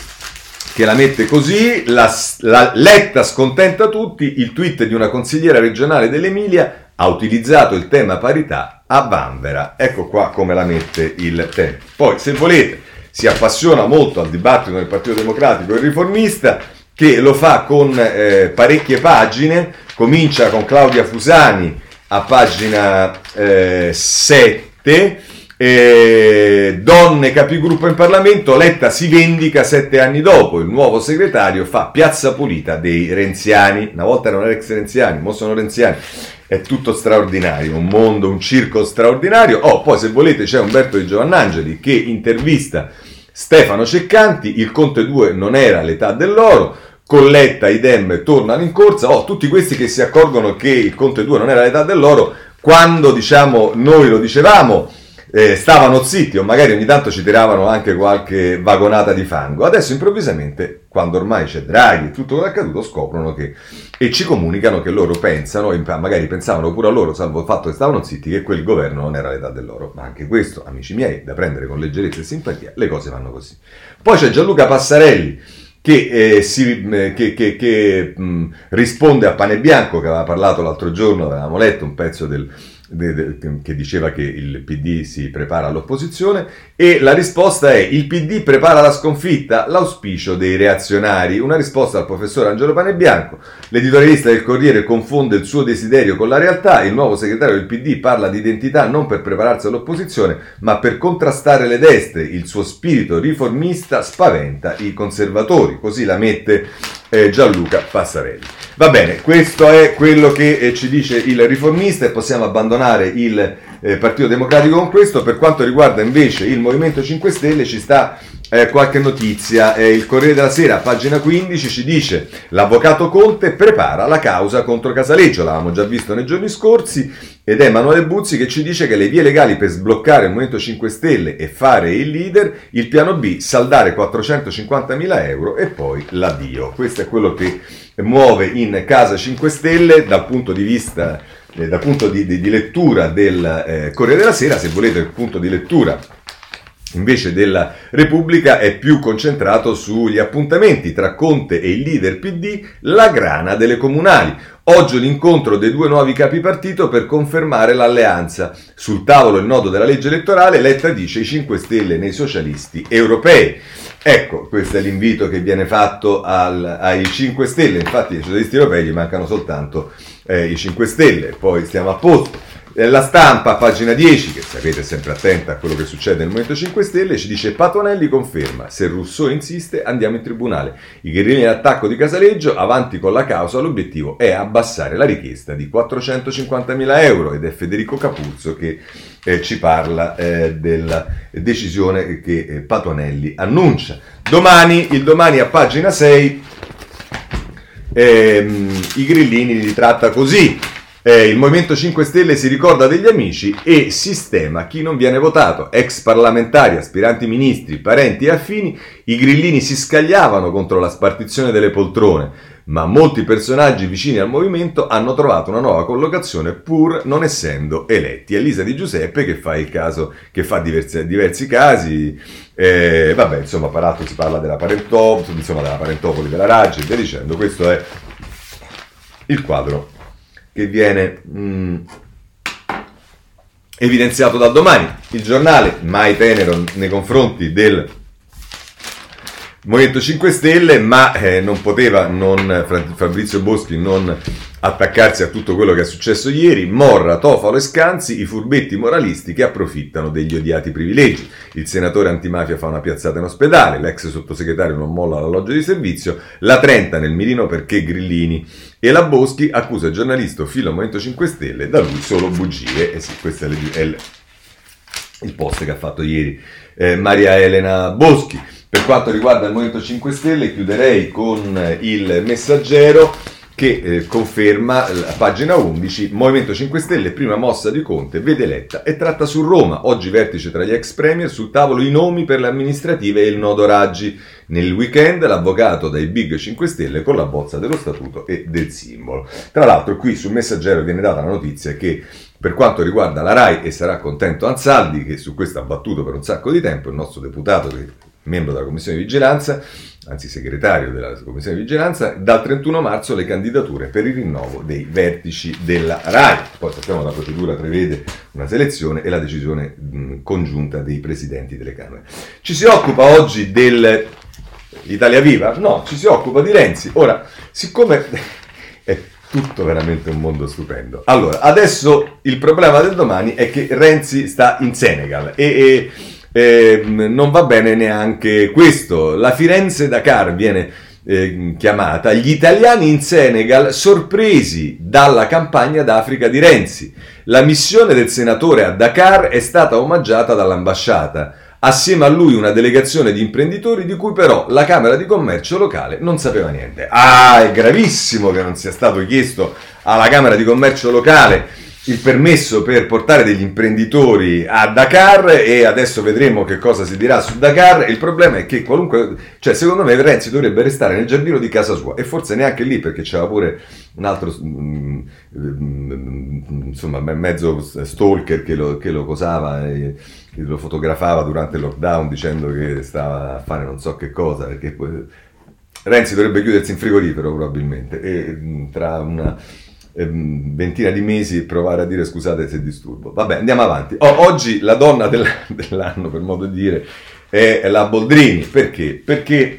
che la mette così, la, la Letta scontenta tutti, il tweet di una consigliera regionale dell'Emilia ha utilizzato il tema parità a vanvera. Ecco qua come la mette il Tempo. Poi, se volete, si appassiona molto al dibattito del Partito Democratico e Riformista, che lo fa con eh, parecchie pagine, comincia con Claudia Fusani a pagina eh, sette, Eh, donne capigruppo in Parlamento, Letta si vendica sette anni dopo, il nuovo segretario fa piazza pulita dei renziani, una volta erano ex renziani, ora sono renziani, è tutto straordinario, un mondo, un circo straordinario. Oh, poi se volete c'è Umberto Di Giovannangeli che intervista Stefano Ceccanti, il Conte due non era l'età dell'oro, con Letta i Dem tornano in corsa. Oh, tutti questi che si accorgono che il Conte due non era l'età dell'oro, quando diciamo noi lo dicevamo, Eh, stavano zitti o magari ogni tanto ci tiravano anche qualche vagonata di fango. Adesso improvvisamente, quando ormai c'è Draghi e tutto quello che è accaduto, scoprono che, e ci comunicano che loro pensano, e magari pensavano pure a loro, salvo il fatto che stavano zitti, che quel governo non era l'età dell'oro. Ma anche questo, amici miei, da prendere con leggerezza e simpatia, le cose vanno così. Poi c'è Gianluca Passarelli che, eh, si, eh, che, che, che mh, risponde a Pane Bianco, che aveva parlato l'altro giorno, avevamo letto un pezzo del che diceva che il P D si prepara all'opposizione, e la risposta è: il P D prepara la sconfitta, l'auspicio dei reazionari. Una risposta al professor Angelo Panebianco. L'editorialista del Corriere confonde il suo desiderio con la realtà, il nuovo segretario del P D parla di identità non per prepararsi all'opposizione ma per contrastare le destre, il suo spirito riformista spaventa i conservatori, così la mette eh, Gianluca Passarelli. Va bene, questo è quello che eh, ci dice il Riformista, e possiamo abbandonare il eh, Partito Democratico con questo. Per quanto riguarda invece il Movimento cinque Stelle ci sta eh, qualche notizia. Eh, il Corriere della Sera, pagina quindici, ci dice: l'avvocato Conte prepara la causa contro Casaleggio, l'avevamo già visto nei giorni scorsi, ed è Emanuele Buzzi che ci dice che le vie legali per sbloccare il Movimento cinque Stelle e fare il leader, il piano B, saldare quattrocentocinquantamila euro e poi l'addio. Questo è quello che muove in casa cinque Stelle dal punto di vista, eh, dal punto di, di, di lettura del eh, Corriere della Sera. Se volete, il punto di lettura invece della Repubblica è più concentrato sugli appuntamenti tra Conte e il leader P D, la grana delle comunali. Oggi l'incontro dei due nuovi capi partito per confermare l'alleanza. Sul tavolo il nodo della legge elettorale, Letta dice i cinque Stelle nei socialisti europei. Ecco, questo è l'invito che viene fatto al, ai cinque Stelle, infatti ai socialisti europei gli mancano soltanto eh, i cinque Stelle, poi stiamo a posto. La Stampa, pagina dieci, che sapete è sempre attenta a quello che succede nel Movimento cinque Stelle, ci dice: Patuanelli conferma, se Rousseau insiste andiamo in tribunale. I guerrigli in attacco di Casaleggio, avanti con la causa, l'obiettivo è abbassare la richiesta di quattrocentocinquantamila euro, ed è Federico Capuzzo che eh, ci parla eh, della decisione che eh, Patuanelli annuncia. Domani, il Domani a pagina sei, ehm, i grillini li tratta così. Eh, il Movimento cinque Stelle si ricorda degli amici e sistema chi non viene votato. Ex parlamentari, aspiranti ministri, parenti e affini, i grillini si scagliavano contro la spartizione delle poltrone, ma molti personaggi vicini al movimento hanno trovato una nuova collocazione pur non essendo eletti. Elisa Di Giuseppe che fa il caso, che fa diversi, diversi casi, eh, vabbè, insomma, peraltro si parla della parentopoli, insomma, della parentopoli della Raggi e via dicendo. Questo è il quadro che viene mh, evidenziato dal Domani. Il Giornale, mai tenero nei confronti del Movimento cinque Stelle, ma eh, non poteva non Fabrizio Boschi non attaccarsi a tutto quello che è successo ieri. Morra, Tofalo e Scanzi, i furbetti moralisti che approfittano degli odiati privilegi. Il senatore antimafia fa una piazzata in ospedale, l'ex sottosegretario non molla l'alloggio di servizio, la Trenta nel mirino perché Grillini, e la Boschi accusa il giornalista filo Movimento cinque Stelle, da lui solo bugie. E sì, questo è il, il post che ha fatto ieri eh, Maria Elena Boschi. Per quanto riguarda il Movimento cinque Stelle, chiuderei con il Messaggero che eh, conferma, a pagina undici, Movimento cinque Stelle, prima mossa di Conte, vede Letta e tratta su Roma. Oggi vertice tra gli ex premier, sul tavolo i nomi per le amministrative e il nodo Raggi. Nel weekend l'avvocato dai Big cinque Stelle con la bozza dello statuto e del simbolo. Tra l'altro qui sul Messaggero viene data la notizia che per quanto riguarda la RAI, e sarà contento Ansaldi, che su questo ha battuto per un sacco di tempo, il nostro deputato che membro della Commissione di Vigilanza, anzi segretario della Commissione di Vigilanza, dal trentuno marzo le candidature per il rinnovo dei vertici della RAI. Poi sappiamo che la procedura prevede una selezione e la decisione mh, congiunta dei presidenti delle Camere. Ci si occupa oggi del Italia Viva? No, ci si occupa di Renzi. Ora, siccome è tutto veramente un mondo stupendo, allora, adesso il problema del Domani è che Renzi sta in Senegal e... e Eh, non va bene neanche questo. La Firenze-Dakar viene eh, chiamata gli italiani in Senegal sorpresi dalla campagna d'Africa di Renzi. La missione del senatore a Dakar è stata omaggiata dall'ambasciata. Assieme a lui una delegazione di imprenditori di cui però la Camera di Commercio locale non sapeva niente. Ah, è gravissimo che non sia stato chiesto alla Camera di Commercio locale il permesso per portare degli imprenditori a Dakar, e adesso vedremo che cosa si dirà su Dakar. Il problema è che qualunque, cioè secondo me Renzi dovrebbe restare nel giardino di casa sua, e forse neanche lì, perché c'era pure un altro mm, mm, insomma mezzo stalker che lo, che lo cosava e che lo fotografava durante il lockdown dicendo che stava a fare non so che cosa, perché poi Renzi dovrebbe chiudersi in frigorifero probabilmente e tra una ventina di mesi provare a dire scusate se disturbo. Vabbè, andiamo avanti. Oh, oggi la donna del, dell'anno, per modo di dire, è la Boldrini. Perché? Perché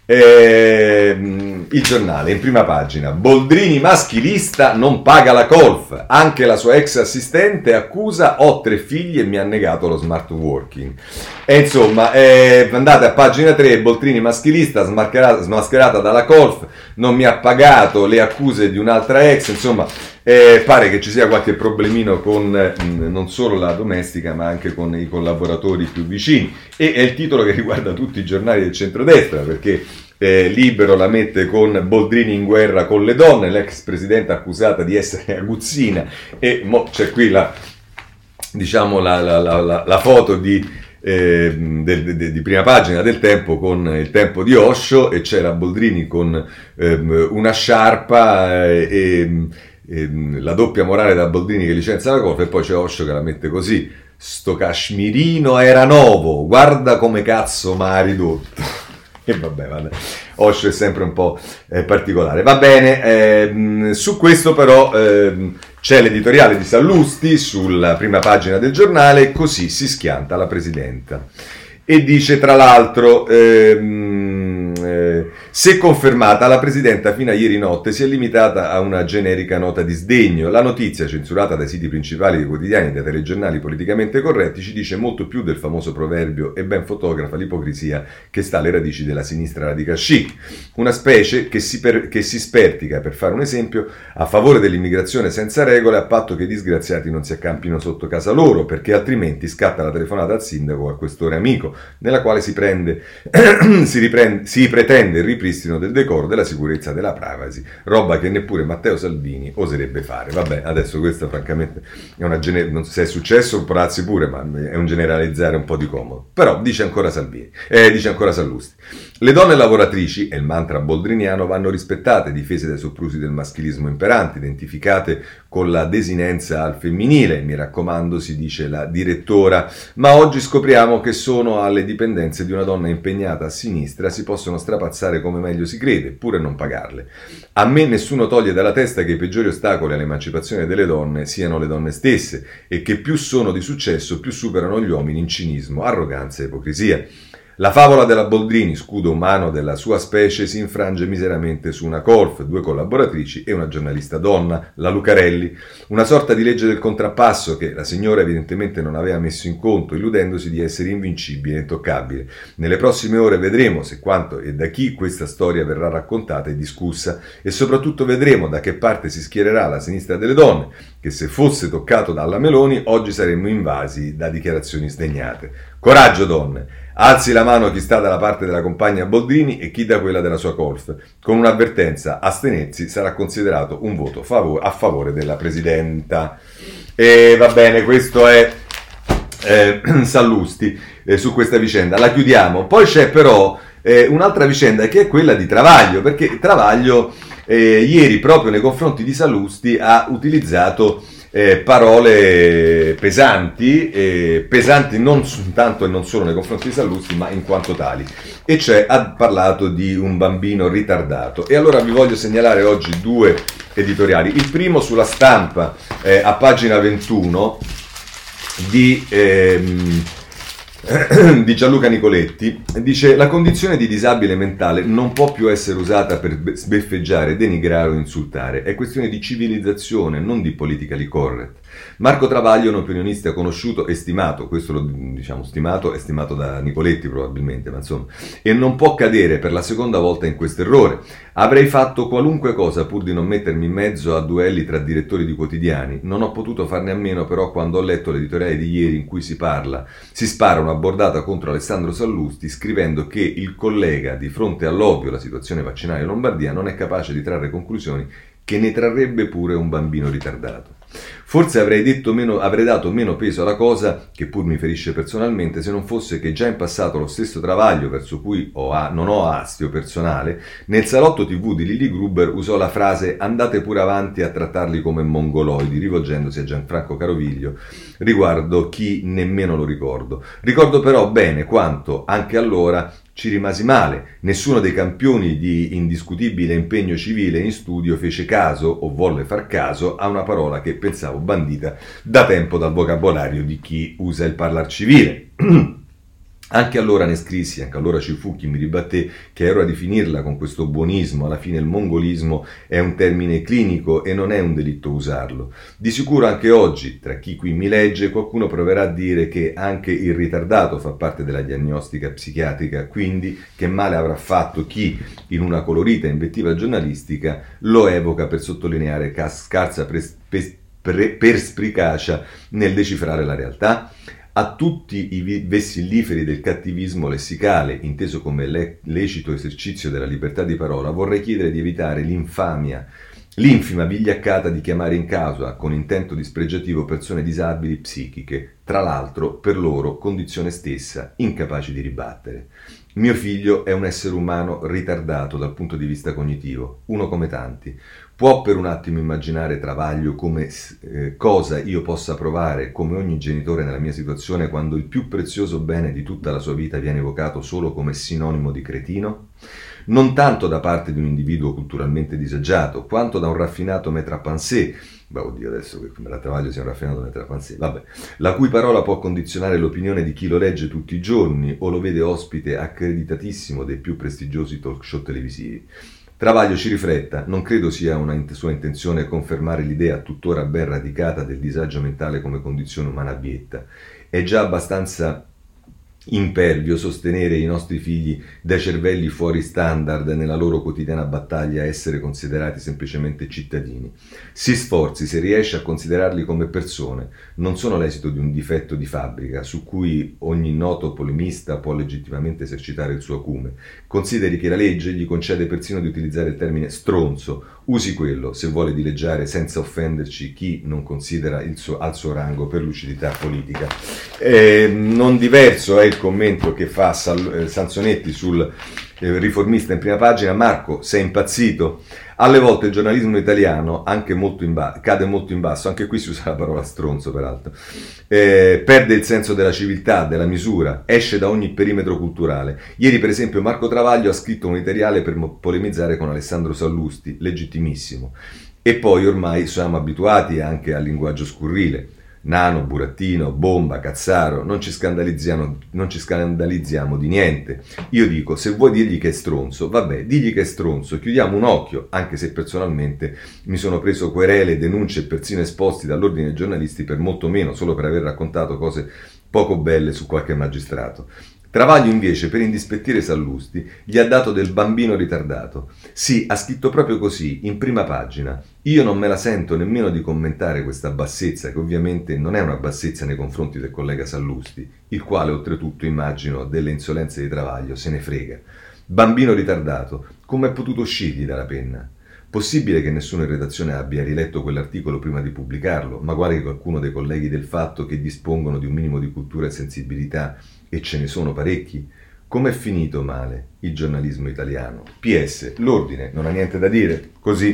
eh, il Giornale in prima pagina: Boldrini maschilista non paga la colf, anche la sua ex assistente accusa ho tre figli e mi ha negato lo smart working. E insomma, eh, andate a pagina tre, Boldrini maschilista smascherata, smascherata dalla colf, non mi ha pagato, le accuse di un'altra ex. Insomma, eh, pare che ci sia qualche problemino con mh, non solo la domestica ma anche con i collaboratori più vicini, e è il titolo che riguarda tutti i giornali del centrodestra, perché eh, Libero la mette con Boldrini in guerra con le donne, l'ex presidente accusata di essere aguzzina, e mo c'è qui la, diciamo la, la, la, la foto di Eh, de, de, di prima pagina del Tempo con il Tempo di Osho, e c'era Boldrini con ehm, una sciarpa e, e, e la doppia morale da Boldrini che licenzia la colf, e poi c'è Osho che la mette così: sto cashmirino era nuovo, guarda come cazzo m'ha ridotto. E vabbè, vabbè, Osho è sempre un po' eh, particolare. Va bene, ehm, su questo però ehm, c'è l'editoriale di Sallusti sulla prima pagina del Giornale, così si schianta la presidenta. E dice tra l'altro, ehm, eh, Se confermata, la Presidenta fino a ieri notte si è limitata a una generica nota di sdegno. La notizia, censurata dai siti principali dei quotidiani e dai telegiornali politicamente corretti, ci dice molto più del famoso proverbio e ben fotografa l'ipocrisia che sta alle radici della sinistra radical chic. Una specie che si, per, che si spertica, per fare un esempio, a favore dell'immigrazione senza regole, a patto che i disgraziati non si accampino sotto casa loro, perché altrimenti scatta la telefonata al sindaco o al questore amico, nella quale si, prende, si, riprende, si pretende il ripristino del decoro, della sicurezza, della privacy, roba che neppure Matteo Salvini oserebbe fare. Vabbè, adesso questo francamente è una gener- non so se è successo, Porazzi pure, ma è un generalizzare un po' di comodo. Però dice ancora Salvini, eh, dice ancora Sallusti. Le donne lavoratrici, è il mantra boldriniano, vanno rispettate, difese dai soprusi del maschilismo imperante, identificate con la desinenza al femminile, mi raccomando, si dice la direttora, ma oggi scopriamo che sono alle dipendenze di una donna impegnata a sinistra, si possono strapazzare come meglio si crede, pure non pagarle. A me nessuno toglie dalla testa che i peggiori ostacoli all'emancipazione delle donne siano le donne stesse e che più sono di successo più superano gli uomini in cinismo, arroganza e ipocrisia. La favola della Boldrini, scudo umano della sua specie, si infrange miseramente su una colf, due collaboratrici e una giornalista donna, la Lucarelli. Una sorta di legge del contrappasso che la signora evidentemente non aveva messo in conto, illudendosi di essere invincibile e intoccabile. Nelle prossime ore vedremo se quanto e da chi questa storia verrà raccontata e discussa, e soprattutto vedremo da che parte si schiererà la sinistra delle donne, che se fosse toccato dalla Meloni oggi saremmo invasi da dichiarazioni sdegnate. Coraggio donne! Alzi la mano chi sta dalla parte della compagna Boldrini e chi da quella della sua colf. Con un'avvertenza, astenersi sarà considerato un voto favore, a favore della Presidenta. E va bene, questo è eh, Sallusti eh, su questa vicenda. La chiudiamo. Poi c'è però eh, un'altra vicenda che è quella di Travaglio, perché Travaglio eh, ieri proprio nei confronti di Sallusti ha utilizzato Eh, parole pesanti, eh, pesanti non soltanto e non solo nei confronti di Sallusti, ma in quanto tali. E cioè ha parlato di un bambino ritardato. E allora vi voglio segnalare oggi due editoriali. Il primo sulla Stampa, eh, a pagina ventuno, di... Ehm, di Gianluca Nicoletti, dice: la condizione di disabile mentale non può più essere usata per sbeffeggiare, denigrare o insultare, è questione di civilizzazione, non di politically correct. Marco Travaglio è un opinionista conosciuto e stimato, questo lo diciamo stimato e stimato da Nicoletti probabilmente, ma insomma, e non può cadere per la seconda volta in questo errore. Avrei fatto qualunque cosa pur di non mettermi in mezzo a duelli tra direttori di quotidiani, non ho potuto farne a meno però quando ho letto l'editoriale di ieri in cui si parla, si spara una bordata contro Alessandro Sallusti scrivendo che il collega di fronte all'ovvio, la situazione vaccinale in Lombardia, non è capace di trarre conclusioni che ne trarrebbe pure un bambino ritardato. Forse avrei, detto meno, avrei dato meno peso alla cosa, che pur mi ferisce personalmente, se non fosse che già in passato lo stesso Travaglio, verso cui ho a, non ho astio personale, nel salotto tivù di Lili Gruber usò la frase «andate pure avanti a trattarli come mongoloidi», rivolgendosi a Gianfranco Caroviglio, riguardo chi nemmeno lo ricordo. Ricordo però bene quanto, anche allora, ci rimasi male. Nessuno dei campioni di indiscutibile impegno civile in studio fece caso, o volle far caso, a una parola che pensavo bandita da tempo dal vocabolario di chi usa il parlar civile. Anche allora ne scrissi, anche allora ci fu chi mi ribatté che era ora di finirla con questo buonismo, alla fine il mongolismo è un termine clinico e non è un delitto usarlo. Di sicuro anche oggi, tra chi qui mi legge, qualcuno proverà a dire che anche il ritardato fa parte della diagnostica psichiatrica, quindi che male avrà fatto chi, in una colorita invettiva giornalistica, lo evoca per sottolineare scarsa pres- pes- pre- perspicacia nel decifrare la realtà? A tutti i vessilliferi del cattivismo lessicale, inteso come le- lecito esercizio della libertà di parola, vorrei chiedere di evitare l'infamia, l'infima vigliaccata di chiamare in causa, con intento dispregiativo, persone disabili psichiche, tra l'altro per loro condizione stessa, incapaci di ribattere. Mio figlio è un essere umano ritardato dal punto di vista cognitivo, uno come tanti. Può per un attimo immaginare Travaglio come eh, cosa io possa provare, come ogni genitore nella mia situazione, quando il più prezioso bene di tutta la sua vita viene evocato solo come sinonimo di cretino? non tanto da parte di un individuo culturalmente disagiato, quanto da un raffinato maître à penser, beh, oddio, adesso che la Travaglio sia un raffinato maître à penser, vabbè, la cui parola può condizionare l'opinione di chi lo legge tutti i giorni o lo vede ospite accreditatissimo dei più prestigiosi talk show televisivi. Travaglio ci rifletta, non credo sia una int- sua intenzione confermare l'idea tuttora ben radicata del disagio mentale come condizione umana abietta. È già abbastanza impervio sostenere i nostri figli dai cervelli fuori standard nella loro quotidiana battaglia a essere considerati semplicemente cittadini. Si sforzi, se riesce, a considerarli come persone, non sono l'esito di un difetto di fabbrica su cui ogni noto polemista può legittimamente esercitare il suo acume. Consideri che la legge gli concede persino di utilizzare il termine stronzo, usi quello se vuole dileggiare senza offenderci chi non considera il suo, al suo rango per lucidità politica. Eh, non diverso è il commento che fa Sal- eh, Sansonetti sul eh, Riformista in prima pagina. Marco, sei impazzito? Alle volte il giornalismo italiano anche molto in ba- cade molto in basso, anche qui si usa la parola stronzo peraltro, eh, perde il senso della civiltà, della misura, esce da ogni perimetro culturale. Ieri per esempio Marco Travaglio ha scritto un editoriale per mo- polemizzare con Alessandro Sallusti, legittimissimo, e poi ormai siamo abituati anche al linguaggio scurrile. Nano, burattino, bomba, cazzaro, non ci scandalizziamo, non ci scandalizziamo di niente. Io dico, se vuoi dirgli che è stronzo, vabbè, digli che è stronzo, chiudiamo un occhio, anche se personalmente mi sono preso querele, denunce e persino esposti dall'ordine dei giornalisti per molto meno, solo per aver raccontato cose poco belle su qualche magistrato. Travaglio invece, per indispettire Sallusti, gli ha dato del bambino ritardato. Sì, ha scritto proprio così, in prima pagina. Io non me la sento nemmeno di commentare questa bassezza, che ovviamente non è una bassezza nei confronti del collega Sallusti, il quale oltretutto, immagino, delle insolenze di Travaglio se ne frega. Bambino ritardato, come è potuto uscirgli dalla penna? Possibile che nessuno in redazione abbia riletto quell'articolo prima di pubblicarlo, magari qualcuno dei colleghi del Fatto che dispongono di un minimo di cultura e sensibilità, e ce ne sono parecchi? Com'è finito male il giornalismo italiano? P S. L'ordine non ha niente da dire, così.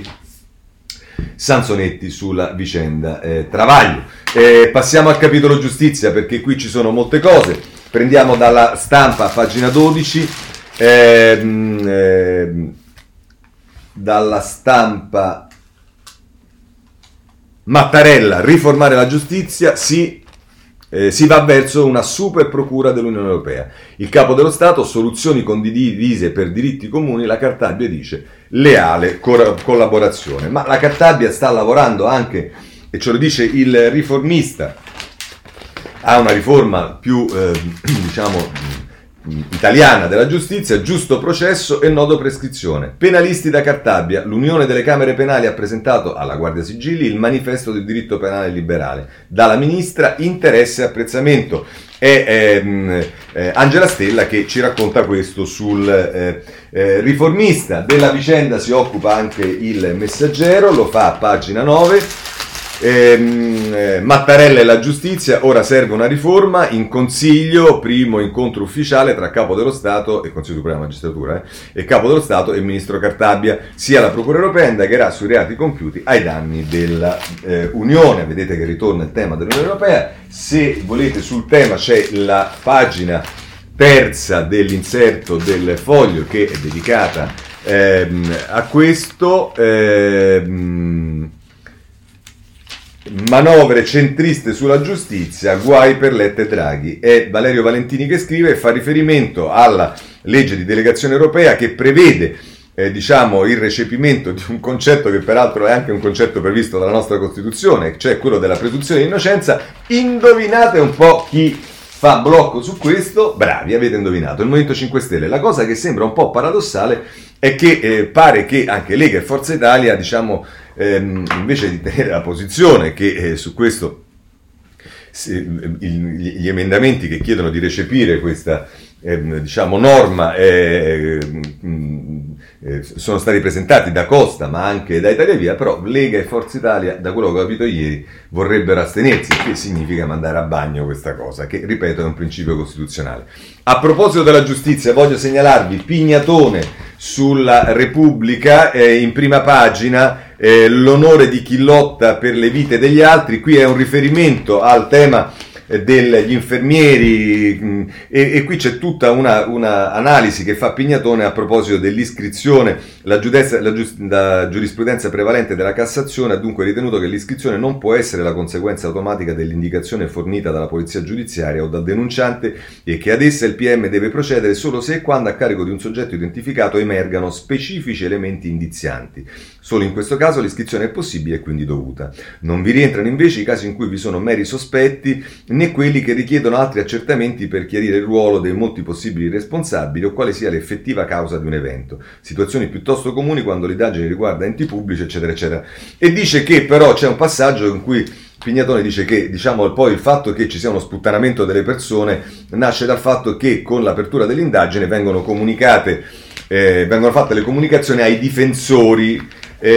Sansonetti sulla vicenda eh, Travaglio. Eh, passiamo al capitolo giustizia, perché qui ci sono molte cose. Prendiamo dalla Stampa, pagina dodici. Ehm, ehm, dalla Stampa, Mattarella, riformare la giustizia, sì. Eh, si va verso una super procura dell'Unione Europea. Il capo dello Stato, soluzioni condivise per diritti comuni, la Cartabia dice leale cor- collaborazione. Ma la Cartabia sta lavorando anche, e ce lo dice il Riformista, a una riforma più, eh, diciamo, italiana della giustizia, giusto processo e nodo prescrizione. Penalisti da Cartabia, l'Unione delle Camere Penali ha presentato alla Guardia Sigilli il manifesto del diritto penale liberale. Dalla ministra interesse e apprezzamento. È ehm, eh, Angela Stella che ci racconta questo sul eh, eh, Riformista. Della vicenda si occupa anche il Messaggero, lo fa a pagina nove. Eh, Mattarella e la giustizia, ora serve una riforma. In consiglio, primo incontro ufficiale tra Capo dello Stato e Consiglio Supremo della Magistratura eh, e Capo dello Stato e il Ministro Cartabia. Sia la Procura Europea indagherà sui reati compiuti ai danni dell'Unione. Eh, vedete che ritorna il tema dell'Unione Europea. Se volete, sul tema c'è la pagina terza dell'inserto del Foglio che è dedicata ehm, a questo. Ehm, Manovre centriste sulla giustizia, guai per Letta e Draghi. È Valerio Valentini che scrive e fa riferimento alla legge di delegazione europea che prevede eh, diciamo il recepimento di un concetto che peraltro è anche un concetto previsto dalla nostra Costituzione, cioè quello della presunzione di innocenza. Indovinate un po' chi fa blocco su questo? Bravi, avete indovinato, il Movimento cinque Stelle. La cosa che sembra un po' paradossale è che eh, pare che anche Lega e Forza Italia, diciamo, ehm, invece di tenere la posizione che eh, su questo se, il, gli emendamenti che chiedono di recepire questa eh, diciamo norma eh, eh, sono stati presentati da Costa ma anche da Italia Via, però Lega e Forza Italia, da quello che ho capito ieri, vorrebbero astenersi, che significa mandare a bagno questa cosa, che ripeto è un principio costituzionale. A proposito della giustizia, voglio segnalarvi Pignatone sulla Repubblica, eh, in prima pagina, eh, l'onore di chi lotta per le vite degli altri. Qui è un riferimento al tema eh, degli infermieri mh, e, e qui c'è tutta una, una analisi che fa Pignatone a proposito dell'iscrizione. La, giudezza, la, gius, la giurisprudenza prevalente della Cassazione ha dunque ritenuto che l'iscrizione non può essere la conseguenza automatica dell'indicazione fornita dalla polizia giudiziaria o dal denunciante e che ad essa il P M deve procedere solo se e quando a carico di un soggetto identificato emergano specifici elementi indizianti. Solo in questo caso l'iscrizione è possibile e quindi dovuta. Non vi rientrano invece i casi in cui vi sono meri sospetti né quelli che richiedono altri accertamenti per chiarire il ruolo dei molti possibili responsabili o quale sia l'effettiva causa di un evento. Situazioni piuttosto comuni quando l'indagine riguarda enti pubblici, eccetera, eccetera. E dice che però c'è un passaggio in cui Pignatone dice che, diciamo, poi il fatto che ci sia uno sputtanamento delle persone nasce dal fatto che con l'apertura dell'indagine vengono comunicate, eh, vengono fatte le comunicazioni ai difensori,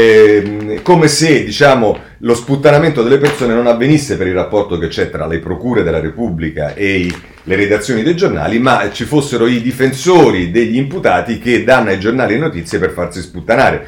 eh, come se, diciamo, lo sputtanamento delle persone non avvenisse per il rapporto che c'è tra le procure della Repubblica e i, le redazioni dei giornali, ma ci fossero i difensori degli imputati che danno ai giornali le notizie per farsi sputtanare.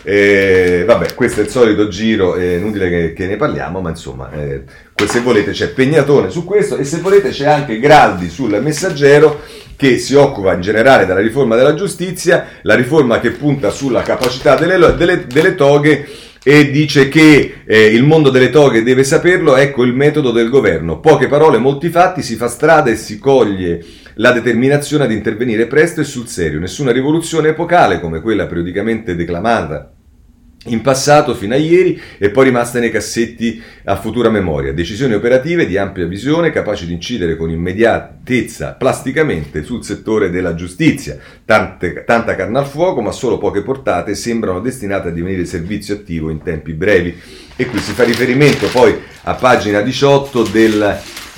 Eh, vabbè, questo è il solito giro, è inutile che, che ne parliamo, ma insomma, eh, se volete c'è Pignatone su questo e se volete c'è anche Graldi sul Messaggero, che si occupa in generale della riforma della giustizia, la riforma che punta sulla capacità delle, delle, delle toghe, e dice che eh, il mondo delle toghe deve saperlo, ecco il metodo del governo: poche parole, molti fatti, si fa strada e si coglie la determinazione ad intervenire presto e sul serio. Nessuna rivoluzione epocale come quella periodicamente declamata in passato fino a ieri e poi rimasta nei cassetti a futura memoria. Decisioni operative di ampia visione capaci di incidere con immediatezza plasticamente sul settore della giustizia. Tante, tanta carne al fuoco, ma solo poche portate sembrano destinate a divenire servizio attivo in tempi brevi. E qui si fa riferimento poi a pagina diciotto del...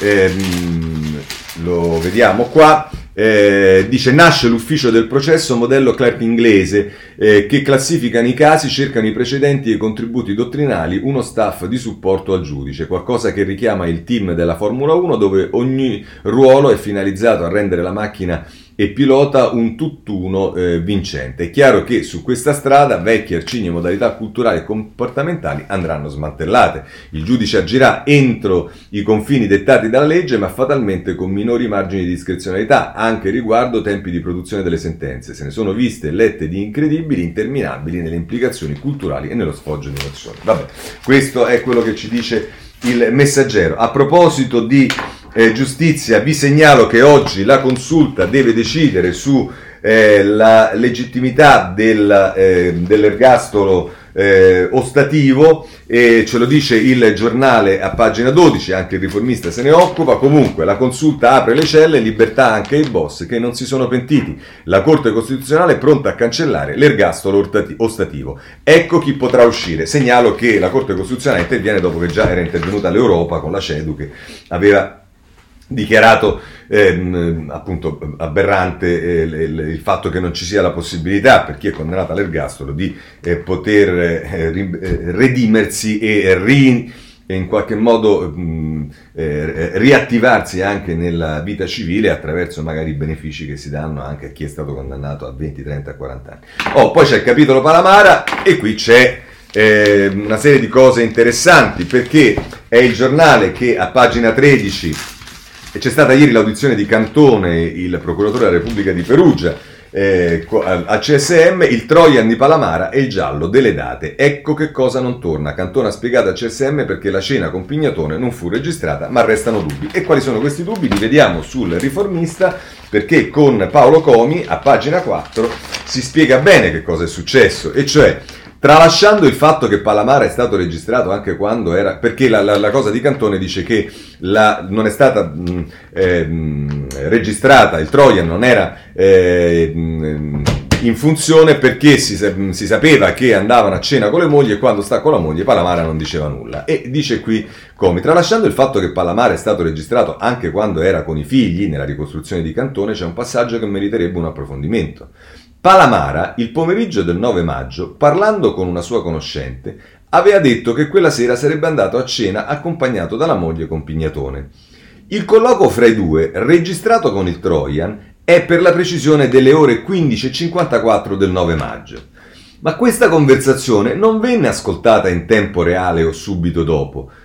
Ehm, lo vediamo qua. Eh, dice: nasce l'ufficio del processo modello clerk inglese, eh, che classificano i casi, cercano i precedenti e i contributi dottrinali, uno staff di supporto al giudice, qualcosa che richiama il team della Formula uno, dove ogni ruolo è finalizzato a rendere la macchina e pilota un tutt'uno eh, vincente. È chiaro che su questa strada vecchie arcigne modalità culturali e comportamentali andranno smantellate. Il giudice agirà entro i confini dettati dalla legge, ma fatalmente con minori margini di discrezionalità, anche riguardo tempi di produzione delle sentenze. Se ne sono viste e lette di incredibili, interminabili nelle implicazioni culturali e nello sfoggio di emozioni. Vabbè, questo è quello che ci dice il Messaggero. A proposito di Eh, giustizia, vi segnalo che oggi la consulta deve decidere su eh, la legittimità del, eh, dell'ergastolo eh, ostativo, e ce lo dice il Giornale a pagina dodici, anche il Riformista se ne occupa. Comunque la consulta apre le celle, libertà anche ai boss che non si sono pentiti. La Corte Costituzionale è pronta a cancellare l'ergastolo ostativo. Ecco chi potrà uscire. Segnalo che la Corte Costituzionale interviene dopo che già era intervenuta l'Europa con la CEDU, che aveva dichiarato ehm, appunto aberrante eh, il, il fatto che non ci sia la possibilità per chi è condannato all'ergastolo di eh, poter eh, ri, eh, redimersi e ri, in qualche modo mh, eh, riattivarsi anche nella vita civile attraverso magari i benefici che si danno anche a chi è stato condannato a venti, trenta, quaranta anni. Oh, poi c'è il capitolo Palamara e qui c'è eh, una serie di cose interessanti, perché è il Giornale che a pagina tredici, e c'è stata ieri l'audizione di Cantone, il procuratore della Repubblica di Perugia, eh, al C S M, il Trojan di Palamara e il giallo delle date. Ecco che cosa non torna. Cantone ha spiegato al C S M perché la cena con Pignatone non fu registrata, ma restano dubbi. E quali sono questi dubbi? Li vediamo sul Riformista, perché con Paolo Comi, a pagina quattro, si spiega bene che cosa è successo, e cioè... tralasciando il fatto che Palamara è stato registrato anche quando era... perché la, la, la cosa di Cantone dice che la, non è stata mh, eh, mh, registrata, il Trojan non era eh, mh, in funzione perché si, si sapeva che andavano a cena con le mogli, e quando sta con la moglie Palamara non diceva nulla. E dice qui come, tralasciando il fatto che Palamara è stato registrato anche quando era con i figli, nella ricostruzione di Cantone c'è un passaggio che meriterebbe un approfondimento. Palamara, il pomeriggio del nove maggio, parlando con una sua conoscente, aveva detto che quella sera sarebbe andato a cena accompagnato dalla moglie con Pignatone. Il colloquio fra i due, registrato con il Trojan, è per la precisione delle ore quindici e cinquantaquattro del nove maggio. Ma questa conversazione non venne ascoltata in tempo reale o subito dopo.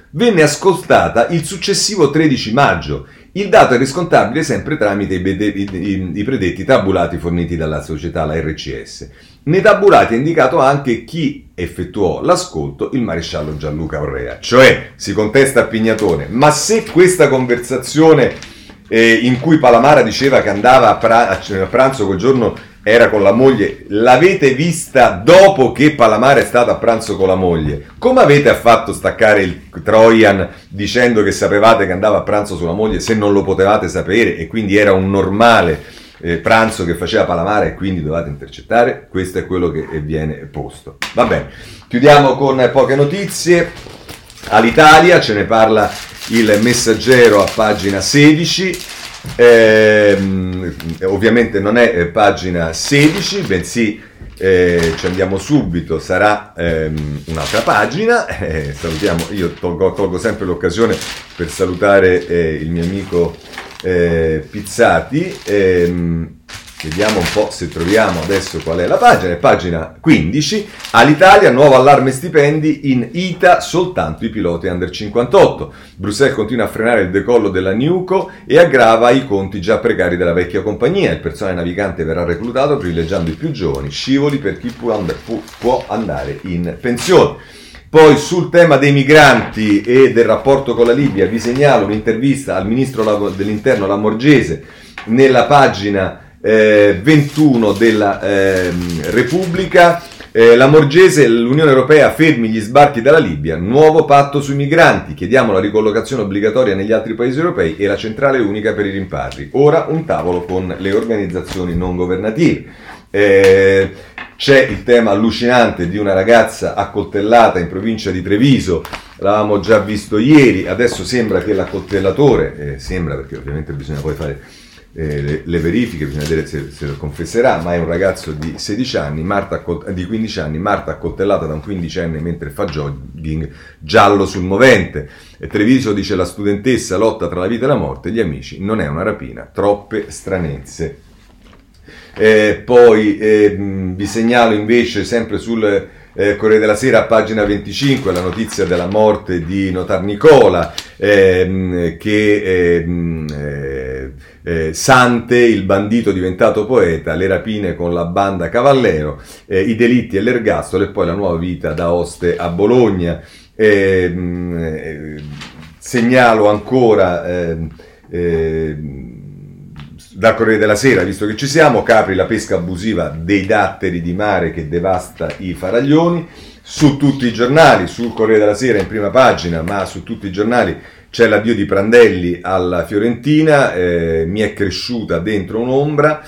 venne ascoltata il successivo tredici maggio. Il dato è riscontrabile sempre tramite i, bede- i, i, i predetti tabulati forniti dalla società, la R C S. Nei tabulati è indicato anche chi effettuò l'ascolto, il maresciallo Gianluca Orrea. Cioè, si contesta a Pignatone, ma se questa conversazione eh, in cui Palamara diceva che andava a, pra- a pranzo quel giorno era con la moglie, l'avete vista dopo che Palamara è stato a pranzo con la moglie? Come avete fatto staccare il Trojan dicendo che sapevate che andava a pranzo sulla moglie se non lo potevate sapere e quindi era un normale eh, pranzo che faceva Palamara e quindi dovevate intercettare? Questo è quello che viene posto. Va bene, chiudiamo con poche notizie. All'Italia ce ne parla il Messaggero a pagina sedici. Eh, ovviamente non è eh, pagina sedici, bensì eh, ci andiamo subito, sarà ehm, un'altra pagina. Eh, salutiamo, io tolgo, tolgo sempre l'occasione per salutare eh, il mio amico eh, Pizzati. ehm, Vediamo un po' se troviamo adesso qual è la pagina, è pagina quindici. All'Italia, nuovo allarme stipendi, in I T A soltanto i piloti under cinquantotto. Bruxelles continua a frenare il decollo della Newco e aggrava i conti già precari della vecchia compagnia. Il personale navigante verrà reclutato privilegiando i più giovani, scivoli per chi può, and- pu- può andare in pensione. Poi sul tema dei migranti e del rapporto con la Libia vi segnalo un'intervista al ministro dell'Interno Lamorgese nella pagina Eh, ventuno della eh, Repubblica. eh, Lamorgese, l'Unione Europea fermi gli sbarchi dalla Libia, nuovo patto sui migranti, chiediamo la ricollocazione obbligatoria negli altri paesi europei e la centrale unica per i rimpatri, ora un tavolo con le organizzazioni non governative. eh, c'è il tema allucinante di una ragazza accoltellata in provincia di Treviso, l'avevamo già visto ieri, adesso sembra che l'accoltellatore, eh, sembra perché ovviamente bisogna poi fare Eh, le, le verifiche, bisogna vedere se, se lo confesserà, ma è un ragazzo di sedici anni, Marta di quindici anni, Marta accoltellata da un quindicenne mentre fa jogging, giallo sul movente. E Treviso dice la studentessa lotta tra la vita e la morte, gli amici, non è una rapina, troppe stranezze. Eh, poi eh, vi segnalo invece sempre sul eh, Corriere della Sera a pagina venticinque la notizia della morte di Notar Nicola, ehm, che ehm, eh, eh, Sante, il bandito diventato poeta, le rapine con la banda Cavallero, eh, i delitti e l'ergastolo e poi la nuova vita da Oste a Bologna. Ehm, eh, segnalo ancora ehm, eh, dal Corriere della Sera, visto che ci siamo, Capri, la pesca abusiva dei datteri di mare che devasta i faraglioni. Su tutti i giornali, sul Corriere della Sera in prima pagina, ma su tutti i giornali c'è l'addio di Prandelli alla Fiorentina, eh, mi è cresciuta dentro un'ombra,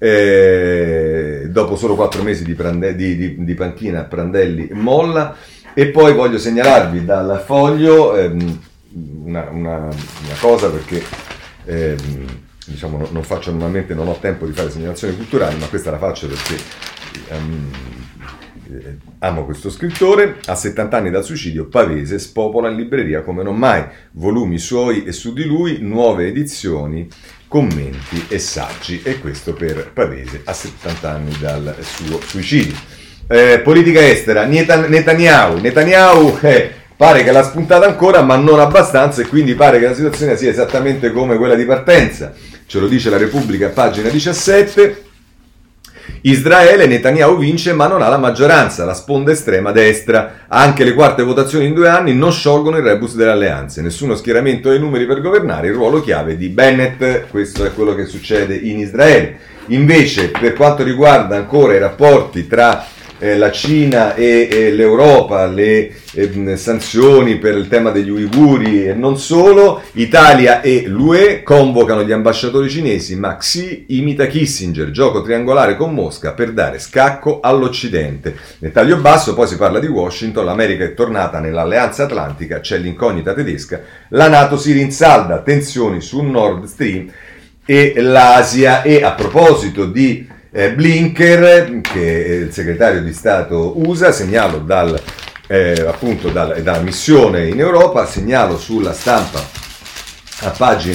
eh, dopo solo quattro mesi di, Prande- di, di, di panchina Prandelli molla. E poi voglio segnalarvi dal Foglio ehm, una, una, una cosa, perché ehm, diciamo no, non faccio normalmente, non ho tempo di fare segnalazioni culturali, ma questa la faccio perché um, eh, amo questo scrittore. A settanta anni dal suicidio, Pavese spopola in libreria come non mai, volumi suoi e su di lui, nuove edizioni, commenti e saggi. E questo per Pavese a settanta anni dal suo suicidio. Eh, politica estera, Netanyahu Netanyahu eh, pare che l'ha spuntata ancora, ma non abbastanza, e quindi pare che la situazione sia esattamente come quella di partenza. Ce lo dice la Repubblica, pagina diciassette. Israele, Netanyahu vince ma non ha la maggioranza, la sponda estrema destra. Anche le quarte votazioni in due anni non sciolgono il rebus delle alleanze. Nessuno schieramento ha i numeri per governare, il ruolo chiave di Bennett. Questo è quello che succede in Israele. Invece, per quanto riguarda ancora i rapporti tra Eh, la Cina e, e l'Europa, le eh, sanzioni per il tema degli uiguri e non solo, Italia e l'U E convocano gli ambasciatori cinesi, ma Xi imita Kissinger, gioco triangolare con Mosca per dare scacco all'Occidente. Nel taglio basso poi si parla di Washington, l'America è tornata nell'alleanza atlantica, c'è l'incognita tedesca, la NATO si rinsalda, tensioni su Nord Stream e l'Asia. E a proposito di Eh, Blinken, che è il segretario di Stato U S A, segnalo dal, eh, appunto dal, dalla missione in Europa, segnalo sulla Stampa a pagina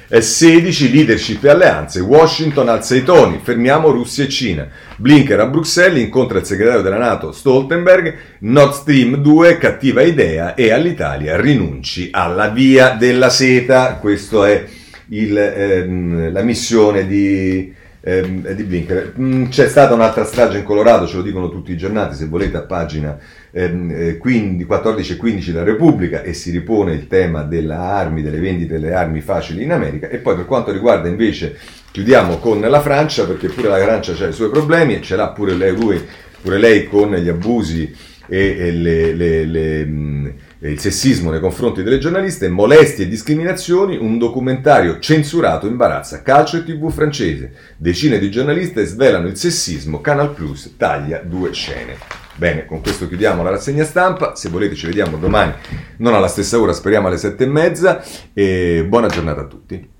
sedici, leadership e alleanze, Washington alza i toni, fermiamo Russia e Cina. Blinken a Bruxelles incontra il segretario della NATO Stoltenberg, Nord Stream due, cattiva idea e all'Italia rinunci alla via della seta. Questa è il, ehm, la missione di, ehm, di Blinken. Mm, c'è stata un'altra strage in Colorado, ce lo dicono tutti i giornali, se volete a pagina ehm, quindici, quattordici e quindici della Repubblica, e si ripone il tema delle armi, delle vendite delle armi facili in America. E poi per quanto riguarda invece, chiudiamo con la Francia, perché pure la Francia ha i suoi problemi e ce l'ha pure lei, lui, pure lei con gli abusi e, e le, le, le, mh, il sessismo nei confronti delle giornaliste, molestie e discriminazioni, un documentario censurato imbarazza calcio e tivù francese, decine di giornaliste svelano il sessismo, Canal Plus taglia due scene. Bene, con questo chiudiamo la rassegna stampa, se volete ci vediamo domani, non alla stessa ora, speriamo alle sette e mezza, e buona giornata a tutti.